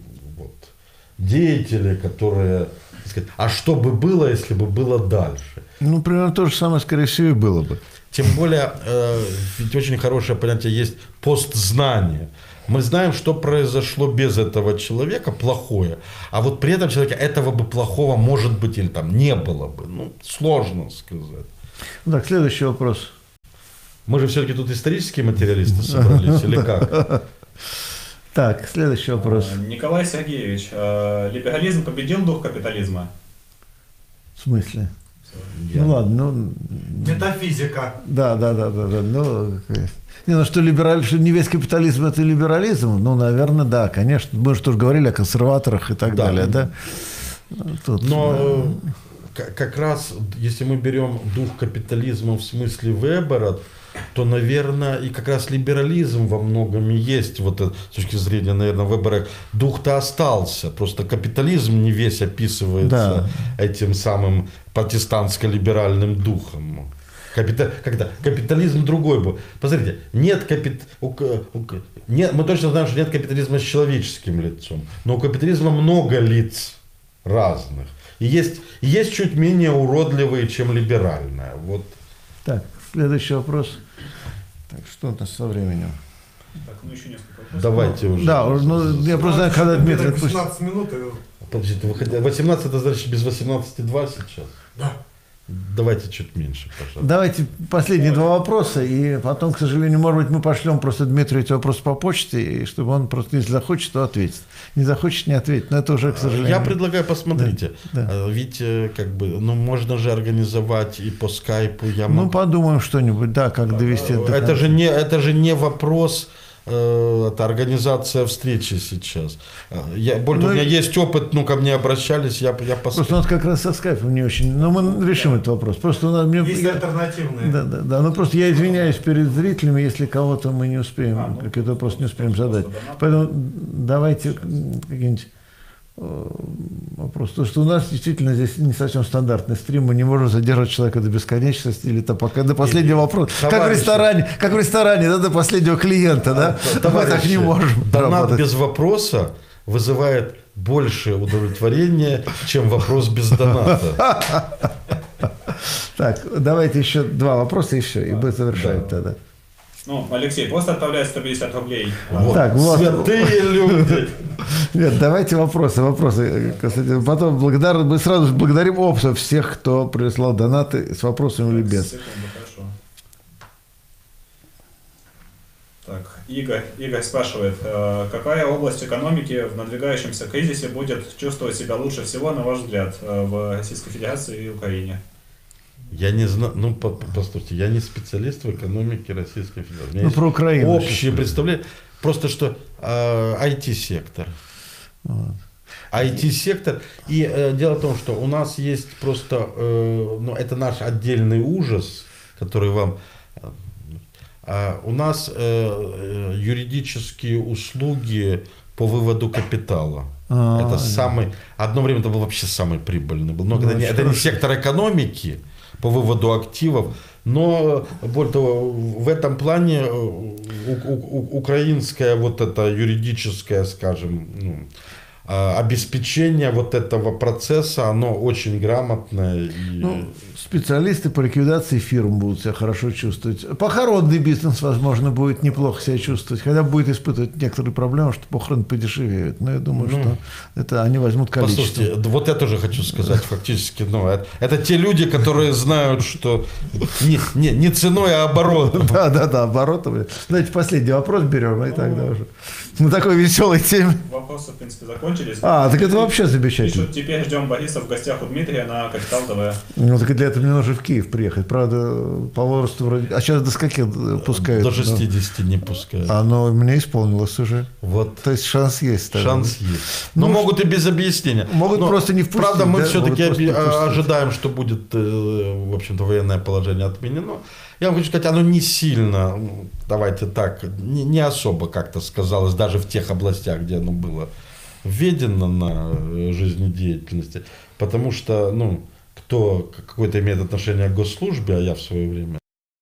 деятелей, которые... А что бы было, если бы было дальше? Примерно то же самое, скорее всего, и было бы. Тем более, ведь очень хорошее понятие есть постзнание. Мы знаем, что произошло без этого человека, плохое. А вот при этом человеке этого бы плохого, может быть, или там не было бы. Сложно сказать. Так, следующий вопрос. Мы же все-таки тут исторические материалисты собрались, или как? Так, следующий вопрос. Николай Сергеевич, либерализм победил дух капитализма? В смысле? Ладно, Метафизика. Да. Что не весь капитализм – это либерализм? Наверное, да, конечно. Мы же тоже говорили о консерваторах и так далее, да? Но как раз, если мы берем дух капитализма в смысле Вебера, то, наверное, и как раз либерализм во многом и есть, вот с точки зрения, наверное, Вебера, дух-то остался, просто капитализм не весь описывается этим самым протестантско-либеральным духом. Капитализм другой был. Посмотрите, мы точно знаем, что нет капитализма с человеческим лицом, но у капитализма много лиц разных. И есть чуть менее уродливые, чем либеральное. Вот. Так, следующий вопрос. Так, что у нас со временем? Так, еще несколько вопросов. Давайте уже. Да, я просто знаю, когда Дмитрий... 18 минут. Подождите, 18 это значит без 18,2 сейчас? Да. Давайте чуть меньше, пожалуйста. Давайте последние два вопроса, и потом, к сожалению, может быть, мы пошлем просто Дмитрию эти вопросы по почте, и чтобы он просто, если захочет, то ответит. Не захочет, не ответит, но это уже, к сожалению. Я предлагаю, посмотрите, да. Ведь можно же организовать и по скайпу. Подумаем что-нибудь, да, как довести это. Это же не вопрос... Это организация встречи сейчас. У меня есть опыт, ко мне обращались, я Просто у нас как раз со скайпом не очень. Но мы решим этот вопрос. Просто у нас есть альтернативные. Да. Просто я извиняюсь перед зрителями, если кого-то мы не успеем, какой-то вопрос не успеем задать. Поэтому давайте какие-нибудь вопрос. То, что у нас действительно здесь не совсем стандартный стрим, мы не можем задерживать человека до бесконечности или до последнего вопроса. Как в ресторане, до последнего клиента, да? Мы так не можем. Донат без вопроса вызывает большее удовлетворение, чем вопрос без доната. Так, давайте еще два вопроса и все, и мы завершаем тогда. Алексей, просто отправляет 150 рублей. Святые люди. Нет, давайте вопросы. Кстати, потом мы сразу же благодарим всех, кто прислал донаты с вопросами или без. Секунду, хорошо. Игорь спрашивает, какая область экономики в надвигающемся кризисе будет чувствовать себя лучше всего, на ваш взгляд, в Российской Федерации и Украине? Я не знаю, послушайте, я не специалист в экономике Российской Федерации. Ну, про Украину. Общее представление, просто что IT-сектор. Вот. IT-сектор. И дело в том, что у нас есть просто, это наш отдельный ужас, который вам... у нас юридические услуги по выводу капитала. Это самый... Одно время это был вообще самый прибыльный был. Но это не сектор экономики по выводу активов, но более того, в этом плане украинская вот эта юридическая, скажем, обеспечение вот этого процесса, оно очень грамотное. Специалисты по ликвидации фирм будут себя хорошо чувствовать. Похоронный бизнес, возможно, будет неплохо себя чувствовать, хотя будет испытывать некоторые проблемы, что похороны подешевеют. Но я думаю, что это они возьмут количество. Послушайте, вот я тоже хочу сказать, фактически, это те люди, которые знают, что не ценой, а оборотом. Да, оборотом. Давайте последний вопрос берем, и тогда уже. На такой веселой теме. Вопросы, в принципе, закончились. Так это вообще замечательно. Пишут, теперь ждем Бориса в гостях у Дмитрия на Капитал ТВ. Ну, так и для этого мне нужно в Киев приехать. Правда, по возрасту вроде... А сейчас до скольки пускают? До 60 не пускают. Оно мне исполнилось уже. Вот. То есть шанс есть. Тогда. Шанс есть. Но могут и без объяснения. Могут просто не впустить. Правда, мы да? все-таки ожидаем, что будет, в общем-то, военное положение отменено. Я вам хочу сказать, оно не сильно, давайте так, не особо как-то сказалось, даже в тех областях, где оно было введено на жизнедеятельности. Потому что, кто какое-то имеет отношение к госслужбе, а я в свое время,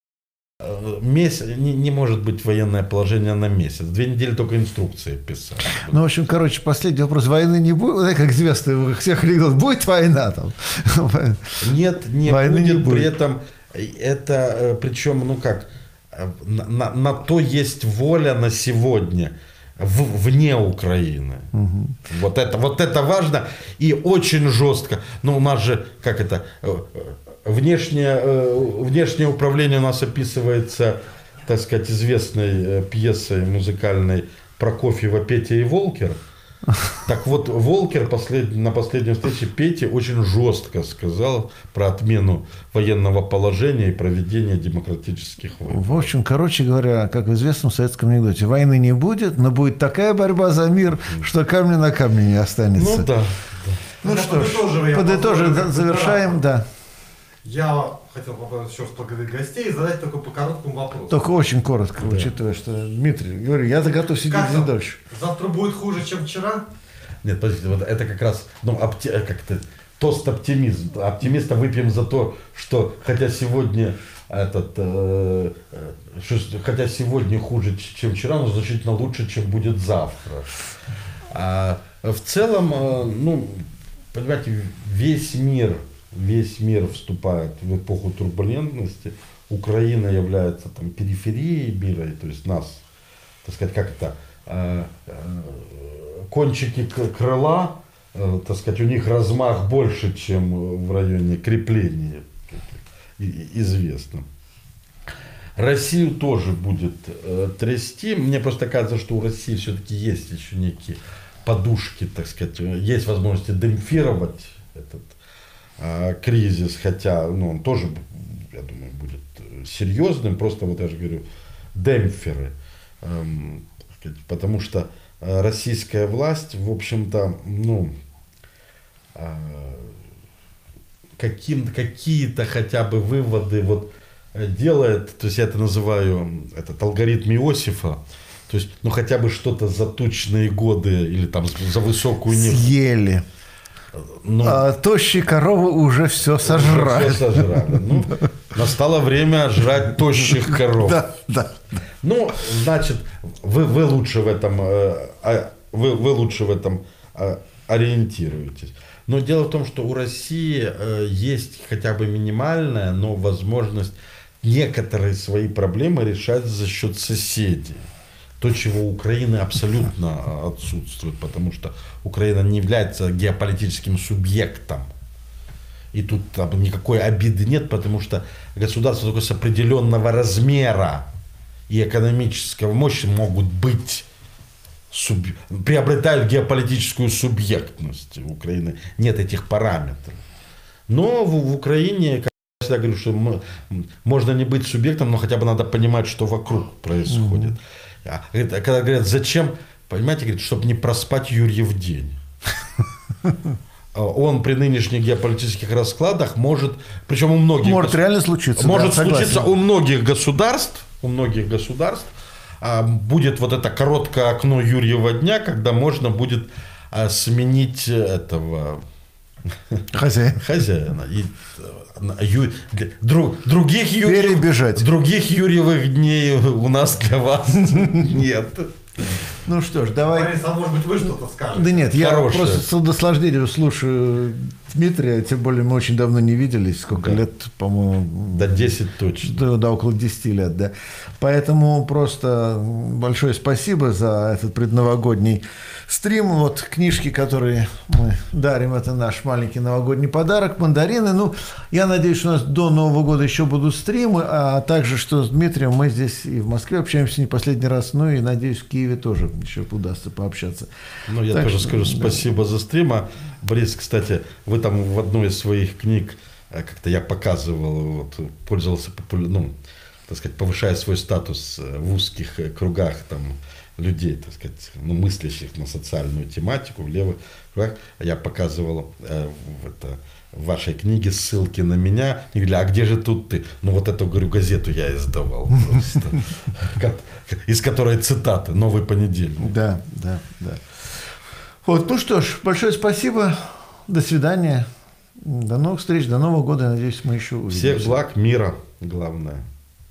не может быть военное положение на месяц. 2 недели только инструкции писать. В общем, последний вопрос. Войны не будет? Как известно, у всех анекдот, будет война там? Нет, войны будет. Не будет. При этом это, причем, на то есть воля на сегодня вне Украины. Угу. Вот это важно и очень жестко. Но у нас же, внешнее управление у нас описывается, так сказать, известной пьесой музыкальной Прокофьева «Петя и Волкер». Так вот, Волкер на последней встрече Пети очень жестко сказал про отмену военного положения и проведение демократических выборов. В общем, говоря, как в известном советском анекдоте, войны не будет, но будет такая борьба за мир, что камня на камне не останется. Да. Ну что ж, подытожим, завершаем, да. Я хотел еще поблагодарить гостей и задать только по короткому вопросу. Только очень коротко, учитывая, что Дмитрий, говорю, я готов сидеть здесь дольше. Завтра будет хуже, чем вчера? Нет, подождите, вот это как раз, тост оптимизм. Оптимиста выпьем за то, что хотя сегодня хуже, чем вчера, но значительно лучше, чем будет завтра. А в целом, понимаете, весь мир вступает в эпоху турбулентности. Украина является периферией мира, то есть нас, так сказать, кончики крыла, так сказать, у них размах больше, чем в районе крепления, известно. Россию тоже будет трясти. Мне просто кажется, что у России все-таки есть еще некие подушки, так сказать, есть возможности демпфировать этот кризис, хотя он тоже, я думаю, будет серьезным, просто я же говорю, демпферы, потому что российская власть, в общем-то, какие-то хотя бы выводы делает, то есть я это называю алгоритм Иосифа, то есть хотя бы что-то за тучные годы или за высокую нефть. Съели. Тощие коровы уже все сожрали. Настало время жрать тощих коров. Да. Значит, вы лучше в этом ориентируетесь. Но дело в том, что у России есть хотя бы минимальная, но возможность некоторые свои проблемы решать за счет соседей. То, чего у Украины абсолютно отсутствует, потому что Украина не является геополитическим субъектом. И тут никакой обиды нет, потому что государство только с определенного размера и экономического мощи могут быть, приобретают геополитическую субъектность. У Украины нет этих параметров. Но в Украине, как я всегда говорю, что можно не быть субъектом, но хотя бы надо понимать, что вокруг происходит. Когда говорят, зачем, понимаете, говорят, чтобы не проспать Юрьев день. Он при нынешних геополитических раскладах может, причем у многих... Может реально случиться. Может случиться у многих государств, будет вот это короткое окно Юрьева дня, когда можно будет сменить этого... Хозяина. И других Юрьевых дней у нас для вас нет. Ну что ж, давай... Борис, а может быть вы что-то скажете? Да нет, я Хорошее. просто с наслаждением слушаю Дмитрия, тем более мы очень давно не виделись, сколько лет, по-моему... До 10 точно. Да, около 10 лет, да. Поэтому просто большое спасибо за этот предновогодний стрим. Вот книжки, которые мы дарим, это наш маленький новогодний подарок, мандарины. Ну, я надеюсь, что у нас до Нового года еще будут стримы, а также, что с Дмитрием мы здесь и в Москве общаемся не последний раз, ну и, надеюсь, в Киеве тоже еще удастся пообщаться. Ну, я Так тоже что, скажу да. спасибо за стрим. А, Борис, кстати, вы там в одной из своих книг, как-то я показывал, вот, пользовался, так сказать, повышая свой статус в узких кругах там, людей, так сказать, мыслящих на социальную тематику, в левых кругах. Я показывал в вашей книге ссылки на меня. И говорили, а где же тут ты? Ну, вот эту, говорю, газету я издавал просто. Из которой цитаты «Новый понедельник». Да. Вот, ну что ж, большое спасибо. До свидания. До новых встреч, до Нового года. Надеюсь, мы еще увидимся. Всех благ, мира, главное.